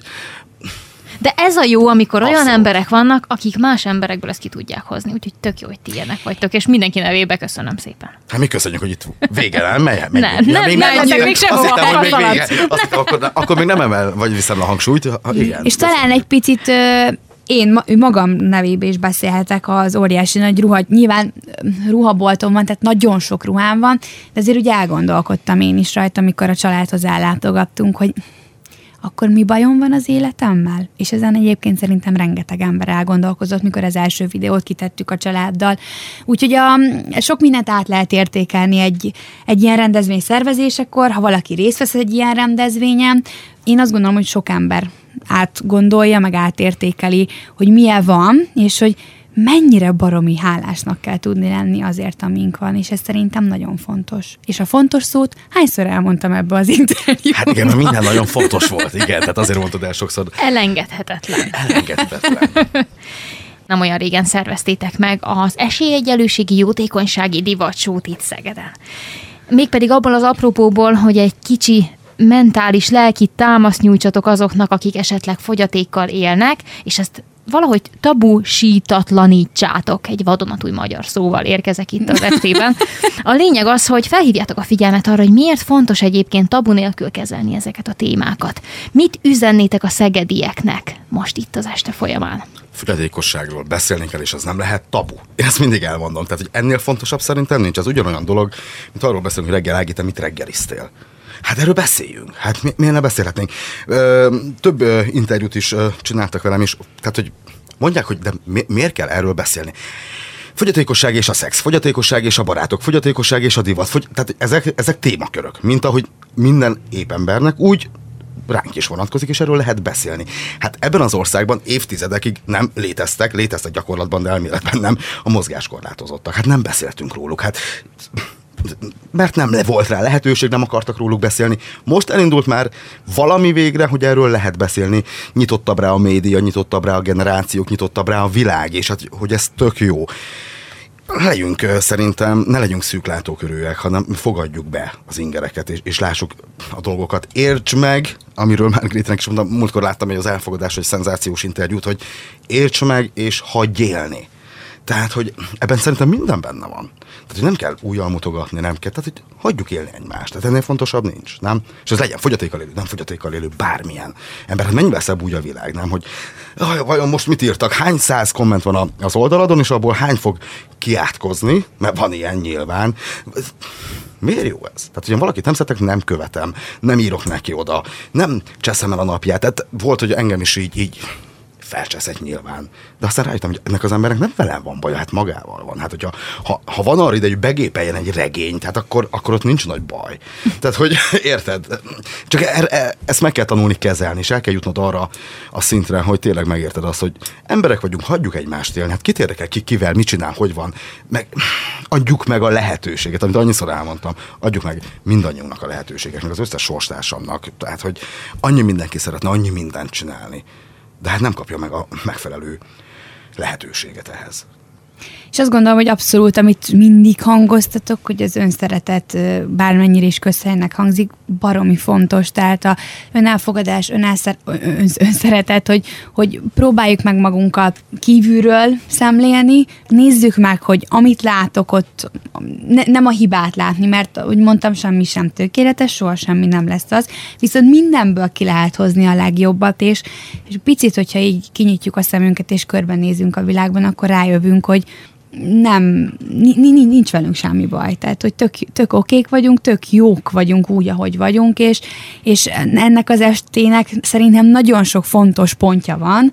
de ez a jó, amikor olyan Abszolút. emberek vannak, akik más emberekből ezt ki tudják hozni. Úgyhogy tök jó, hogy ti ilyenek vagytok, és mindenki nevébe köszönöm szépen. Hát mi köszönjük, hogy itt vége, nem? Megy, megy, nem, nem, még nem, nem, nem, még sem azt hittem, hogy még haladsz. vége. Azt, akkor, akkor még nem emel, vagy viszem a hangsúlyt. Ha, igen. És talán egy picit... Én magam nevébe is beszélhetek, az óriási nagy ruha, nyilván ruhaboltom van, tehát nagyon sok ruhám van, de azért úgy elgondolkodtam én is rajta, amikor a családhoz ellátogattunk, hogy akkor mi bajom van az életemmel? És ezen egyébként szerintem rengeteg ember elgondolkozott, mikor az első videót kitettük a családdal. Úgyhogy a, sok mindent át lehet értékelni egy, egy ilyen rendezvény szervezésekor, ha valaki részt vesz egy ilyen rendezvényen. Én azt gondolom, hogy sok ember átgondolja, meg átértékeli, hogy milyen van, és hogy mennyire baromi hálásnak kell tudni lenni azért, amink van, és ez szerintem nagyon fontos. És a fontos szót hányszor elmondtam ebbe az interjúban? Hát igen, mert minden nagyon fontos volt, igen, tehát azért mondtad el sokszor. Elengedhetetlen. Elengedhetetlen. Nem olyan régen szerveztétek meg az esélyegyenlőségi jótékonysági divatsót itt Szegeden. Mégpedig abból az apropóból, hogy egy kicsi mentális, lelki támaszt nyújtsatok azoknak, akik esetleg fogyatékkal élnek, és ezt valahogy tabusítatlanítsátok, egy vadonatúj magyar szóval érkezek itt az estében. A lényeg az, hogy felhívjátok a figyelmet arra, hogy miért fontos egyébként tabu nélkül kezelni ezeket a témákat. Mit üzennétek a szegedieknek most itt az este folyamán? Fogyatékosságról beszélni kell, és az nem lehet tabu. Én ezt mindig elmondom. Tehát, hogy ennél fontosabb szerintem nincs. Az ugyanolyan dolog, mint arról beszélünk, hogy reggel, Ági, te mit reggeliztél. Hát erről beszéljünk. Hát mi, miért ne beszélhetnénk? Ö, több ö, interjút is ö, csináltak velem, és tehát, hogy mondják, hogy de mi, miért kell erről beszélni? Fogyatékosság és a szex, fogyatékosság és a barátok, fogyatékosság és a divat. Fogy, tehát ezek, ezek témakörök, mint ahogy minden épp embernek úgy ránk is vonatkozik, és erről lehet beszélni. Hát ebben az országban évtizedekig nem léteztek, léteztek gyakorlatban, de elméletben nem, a mozgáskorlátozottak. Hát nem beszéltünk róluk. Hát mert nem volt rá lehetőség, nem akartak róluk beszélni. Most elindult már valami végre, hogy erről lehet beszélni. Nyitottabb rá a média, nyitottabb rá a generációk, nyitottabb rá a világ, és hát, hogy ez tök jó. Legyünk szerintem, ne legyünk szűklátókörűek, hanem fogadjuk be az ingereket, és, és lássuk a dolgokat. Érts meg, amiről már Grétának is mondtam, múltkor láttam egy az elfogadás, egy szenzációs interjút, hogy érts meg, és hagyj élni. Tehát, hogy ebben szerintem minden benne van. Tehát, hogy nem kell újjal mutogatni, nem kell. Tehát, hogy hagyjuk élni egymást. Tehát ennél fontosabb nincs, nem? És ez legyen fogyatékkal élő, nem fogyatékkal élő, bármilyen ember. Hát mennyivel szebb úgy a világ, nem? Hogy vajon most mit írtak? Hány száz komment van az oldaladon, és abból hány fog kiátkozni? Mert van ilyen nyilván. Miért jó ez? Tehát, hogyha valakit nem szeretek, nem követem, nem írok neki oda, nem cseszem el a napját. Tehát volt, hogy engem is így, így felcseszett nyilván. De aztán rájöttem, hogy ennek az embernek nem velem van baj, hát magával van. Hát, hogyha ha, ha van arra ide, hogy begépeljen egy regényt, hát akkor, akkor ott nincs nagy baj. Tehát, hogy érted? Csak e, e, ezt meg kell tanulni kezelni, és el kell jutnod arra a szintre, hogy tényleg megérted azt, hogy emberek vagyunk, hagyjuk egymást élni. Hát kit érdekel, ki kivel, mit csinál, hogy van. Meg adjuk meg a lehetőséget, amit annyiszor elmondtam, adjuk meg mindannyiunknak a lehetőséget, meg az összes sorstársamnak. Tehát, hogy annyi mindenki szeretne annyi mindent csinálni. De hát nem kapja meg a megfelelő lehetőséget ehhez. És azt gondolom, hogy abszolút, amit mindig hangoztatok, hogy az önszeretet bármennyire is közhelynek hangzik, baromi fontos, tehát a önelfogadás, önelszer, ön, önszeretet, hogy, hogy próbáljuk meg magunkkal kívülről szemlélni, nézzük meg, hogy amit látok ott, ne, nem a hibát látni, mert, úgy mondtam, semmi sem tökéletes, soha semmi nem lesz az, viszont mindenből ki lehet hozni a legjobbat, és, és picit, hogyha így kinyitjuk a szemünket, és körbenézünk a világban, akkor rájövünk, hogy nem, nincs velünk semmi baj. Tehát, hogy tök, tök okék vagyunk, tök jók vagyunk úgy, ahogy vagyunk, és, és ennek az estének szerintem nagyon sok fontos pontja van,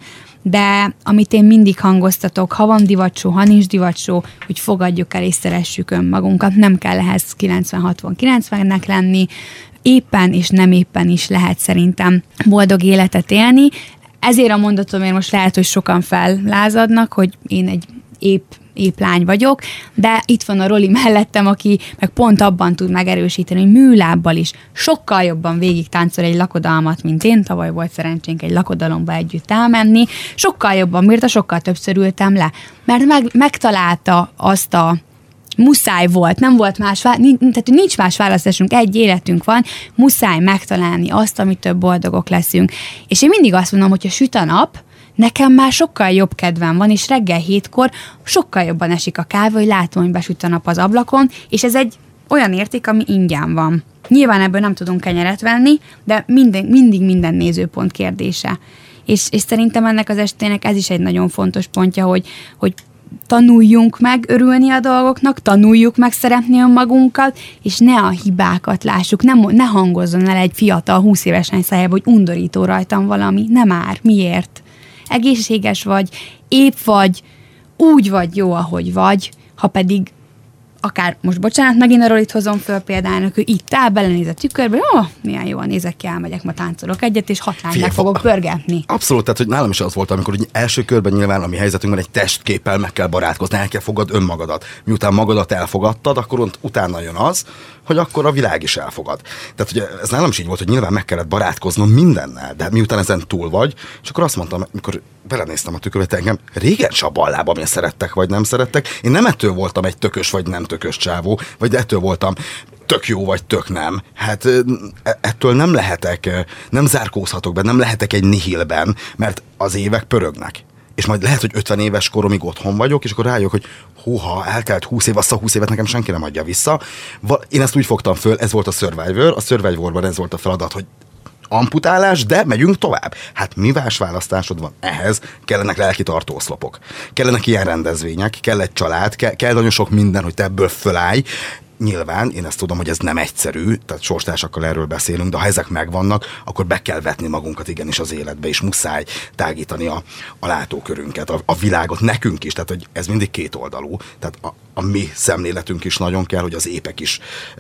de amit én mindig hangoztatok, ha van divatsó, ha nincs divatsó, hogy fogadjuk el és szeressük önmagunkat, nem kell ehhez kilencven hatvan kilencvennek lenni, éppen és nem éppen is lehet szerintem boldog életet élni. Ezért a mondatomért most lehet, hogy sokan fellázadnak, hogy én egy épp épp lány vagyok, de itt van a Roli mellettem, aki meg pont abban tud megerősíteni, hogy műlábbal is sokkal jobban végig táncol egy lakodalmat, mint én. Tavaly volt szerencsénk egy lakodalomba együtt elmenni. Sokkal jobban bírta, sokkal többször ültem le, mert meg, megtalálta azt a muszáj volt, nem volt más, tehát nincs más választásunk, egy életünk van, muszáj megtalálni azt, amit több boldogok leszünk. És én mindig azt mondom, hogyha süt a nap, nekem már sokkal jobb kedvem van, és reggel hétkor sokkal jobban esik a kávé, hogy látom, hogy besüt a nap az ablakon, és ez egy olyan érték, ami ingyen van. Nyilván ebből nem tudunk kenyeret venni, de minden, mindig minden nézőpont kérdése. És, és szerintem ennek az estének ez is egy nagyon fontos pontja, hogy, hogy tanuljunk meg örülni a dolgoknak, tanuljuk meg szeretni önmagunkat, és ne a hibákat lássuk, ne, ne hangozzon el egy fiatal húsz évesen szájába, hogy undorító rajtam valami, nem már, miért? Egészséges vagy, épp vagy, úgy vagy jó, ahogy vagy, ha pedig akár, most bocsánat, megint a Rolit hozom föl példának, ő itt áll, belenéz a tükörbe, ó, oh, milyen jól nézek ki, elmegyek, ma táncolok egyet, és hat lány meg fogok pörgetni. Abszolút, tehát hogy nálam is az volt, amikor úgy első körben nyilván a mi helyzetünkben egy testképpel meg kell barátkozni, el kell fogad önmagadat. Miután magadat elfogadtad, akkor utána jön az, hogy akkor a világ is elfogad. Tehát ugye ez nálam is így volt, hogy nyilván meg kellett barátkoznom mindennel, de miután ezen túl vagy, és akkor azt mondtam, amikor belenéztem a tükörbe, engem régen se a ballábam, hogy szerettek vagy nem szerettek. Én nem ettől voltam egy tökös vagy nem tökös csávó, vagy ettől voltam tök jó vagy tök nem. Hát ettől nem lehetek, nem zárkózhatok be, nem lehetek egy nihilben, mert az évek pörögnek. És majd lehet, hogy ötven éves koromig otthon vagyok, és akkor rájövök, hogy húha, eltelt húsz év, azt a húsz évet nekem senki nem adja vissza. Én ezt úgy fogtam föl, ez volt a Survivor, a Survivorban ez volt a feladat, hogy amputálás, de megyünk tovább. Hát mi más választásod van ehhez? Kellenek lelki tartóoszlopok. Kellenek ilyen rendezvények, kell egy család, kell, kell nagyon sok minden, hogy te ebből fölállj. Nyilván, én ezt tudom, hogy ez nem egyszerű, tehát sorstársakkal erről beszélünk, de ha ezek megvannak, akkor be kell vetni magunkat igenis az életbe, és muszáj tágítani a, a látókörünket, a, a világot nekünk is, tehát hogy ez mindig kétoldalú, tehát a, a mi szemléletünk is nagyon kell, hogy az épek is,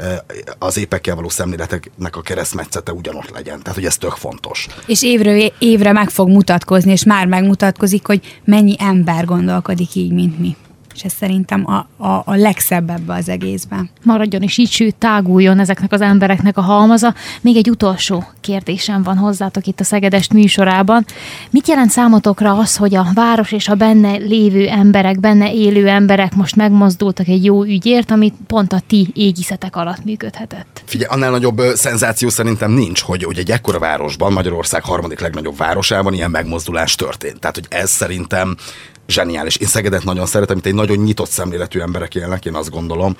az épekkel való szemléleteknek a keresztmetszete ugyanott legyen, tehát hogy ez tök fontos. És évről évre meg fog mutatkozni, és már megmutatkozik, hogy mennyi ember gondolkodik így, mint mi. És ez szerintem a, a, a legszebb ebbe az egészben. Maradjon is így, sőt, táguljon ezeknek az embereknek a halmaza. Még egy utolsó kérdésem van hozzátok itt a Szegedest műsorában. Mit jelent számotokra az, hogy a város és a benne lévő emberek, benne élő emberek most megmozdultak egy jó ügyért, amit pont a ti égiszetek alatt működhetett? Figyelj, annál nagyobb ö, szenzáció szerintem nincs, hogy, hogy egy ekkora városban, Magyarország harmadik legnagyobb városában ilyen megmozdulás történt. Tehát, hogy ez szerintem zseniális. Én Szegedet nagyon szeretem, itt egy nagyon nyitott szemléletű emberek élnek, én azt gondolom.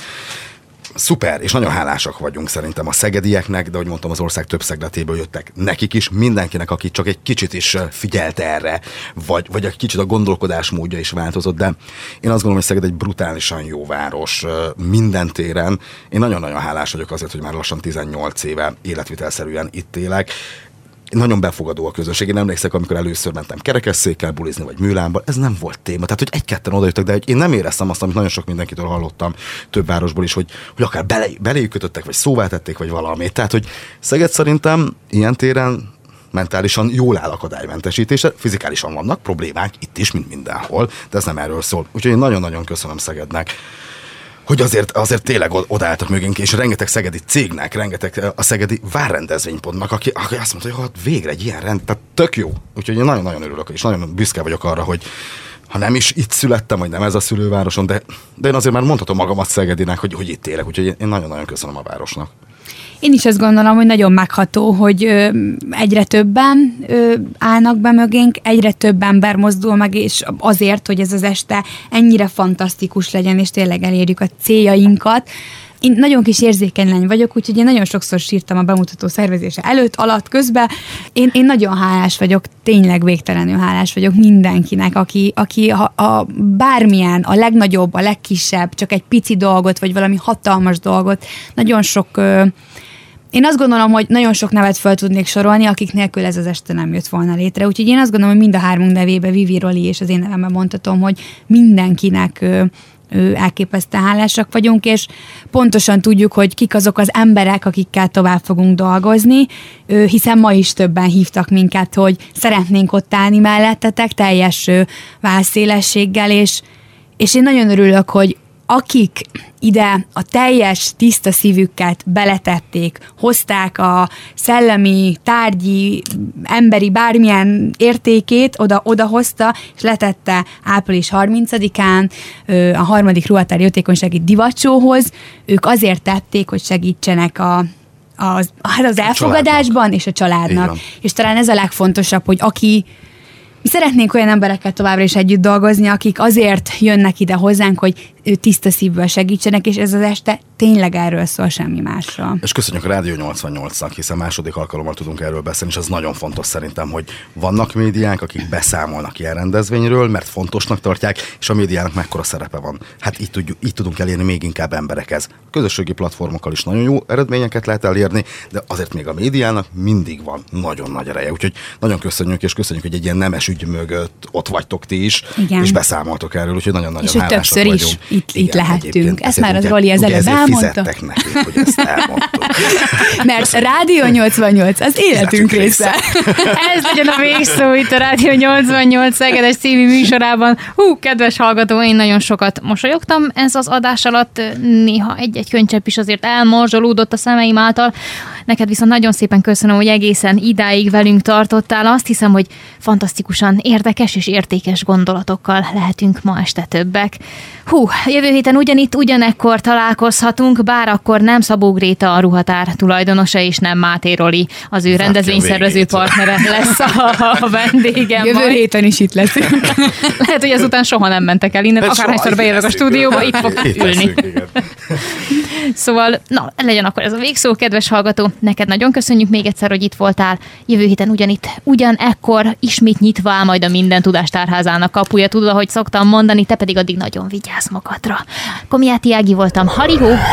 Szuper, és nagyon hálásak vagyunk szerintem a szegedieknek, de ahogy mondtam, az ország több szegletéből jöttek nekik is, mindenkinek, aki csak egy kicsit is figyelt erre, vagy, vagy egy kicsit a gondolkodásmódja is változott, de én azt gondolom, hogy Szeged egy brutálisan jó város minden téren. Én nagyon-nagyon hálás vagyok azért, hogy már lassan tizennyolc éve életvitelszerűen itt élek. Nagyon befogadó a közönség. Én emlékszek, amikor először mentem kerekesszékkel bulizni, vagy Műlánban, ez nem volt téma. Tehát, hogy egy-ketten odajöttek, de én nem éreztem azt, amit nagyon sok mindenkitől hallottam több városból is, hogy, hogy akár bele, beléjük kötöttek, vagy szóvá tették, vagy valami. Tehát, hogy Szeged szerintem ilyen téren mentálisan jól áll akadálymentesítése, fizikálisan vannak problémák itt is, mint mindenhol, de ez nem erről szól. Úgyhogy én nagyon-nagyon köszönöm Szegednek, hogy azért, azért tényleg odaálltak mögénk, és rengeteg szegedi cégnek, rengeteg a szegedi várrendezvénypontnak, aki, aki azt mondta, hogy hát végre egy ilyen rend, tehát tök jó. Úgyhogy én nagyon-nagyon örülök, és nagyon büszke vagyok arra, hogy ha nem is itt születtem, vagy nem ez a szülővárosom, de, de én azért már mondhatom magamat Szegedinek, hogy, hogy itt élek, úgyhogy én nagyon-nagyon köszönöm a városnak. Én is azt gondolom, hogy nagyon megható, hogy ö, egyre többen ö, állnak be mögénk, egyre több ember mozdul meg, és azért, hogy ez az este ennyire fantasztikus legyen, és tényleg elérjük a céljainkat. Én nagyon kis érzékeny lány vagyok, úgyhogy én nagyon sokszor sírtam a bemutató szervezése előtt, alatt, közben. Én, én nagyon hálás vagyok, tényleg végtelenül hálás vagyok mindenkinek, aki, aki ha, a bármilyen, a legnagyobb, a legkisebb, csak egy pici dolgot, vagy valami hatalmas dolgot, nagyon sok... Ö, Én azt gondolom, hogy nagyon sok nevet fel tudnék sorolni, akik nélkül ez az este nem jött volna létre. Úgyhogy én azt gondolom, hogy mind a hármunk nevébe, Vivi, Roli és az én nevemben mondhatom, hogy mindenkinek ö, ö, elképesztően hálásak vagyunk, és pontosan tudjuk, hogy kik azok az emberek, akikkel tovább fogunk dolgozni, ö, hiszen ma is többen hívtak minket, hogy szeretnénk ott állni mellettetek teljes ö, válszélességgel, és, és én nagyon örülök, hogy akik ide a teljes tiszta szívükket beletették, hozták a szellemi, tárgyi, emberi bármilyen értékét, oda, oda hozta, és letette április harmincadikán a harmadik ruhatári jótékonysági divacsóhoz. Ők azért tették, hogy segítsenek a az, az elfogadásban és a családnak. És talán ez a legfontosabb, hogy aki mi szeretnénk olyan emberekkel továbbra is együtt dolgozni, akik azért jönnek ide hozzánk, hogy tiszta szívből segítsenek, és ez az este tényleg erről szól, semmi másra. És köszönjük a Rádió nyolcvannyolcnak, hiszen második alkalommal tudunk erről beszélni, és ez nagyon fontos szerintem, hogy vannak médiák, akik beszámolnak ilyen rendezvényről, mert fontosnak tartják, és a médiának mekkora szerepe van. Hát így, tudjuk, így tudunk elérni még inkább emberekhez. A közösségi platformokkal is nagyon jó eredményeket lehet elérni, de azért még a médiának mindig van nagyon nagy ereje. Úgyhogy nagyon köszönjük, és köszönjük, hogy egy ilyen nemes ügy mögött ott vagytok ti is, igen, és beszámoltok erről, úgyhogy nagyon-nagyon hálásak vagyunk. És többször is itt, itt lehettünk. Ezt már az Roli az előbb elmondta. Fizettek nekünk, hogy ezt elmondtuk. Mert Rádió nyolcvannyolc az életünk része. Ez legyen a végszó itt a Rádió nyolcvannyolc Szegedes című műsorában. Hú, kedves hallgató, én nagyon sokat mosolyogtam ez az adás alatt, néha egy-egy könycsepp is azért elmorzsolódott a szemeim által. Neked viszont nagyon szépen köszönöm, hogy egészen idáig velünk tartottál. Azt hiszem, hogy fantasztikusan érdekes és értékes gondolatokkal lehetünk ma este többek. Hú, jövő héten ugyanitt, ugyanekkor találkozhatunk, bár akkor nem Szabó Gréta a ruhatár tulajdonosa, és nem Máté Roli, az ő rendezvényszervező partnere lesz a vendégem. Jövő majd. Héten is itt leszünk. Lehet, hogy ezután soha nem mentek el innen, akárhányszor bejövök a stúdióba, itt fog itt ülni. Leszünk, szóval, na, legyen akkor ez a végszó, kedves hallgató. Neked nagyon köszönjük még egyszer, hogy itt voltál. Jövő héten ugyanitt, ugyanekkor ismét nyitva áll majd a Minden Tudás Tárházának kapuja, tudod, ahogy szoktam mondani, te pedig addig nagyon vigyázz magadra. Komiáti Ági voltam, harihó!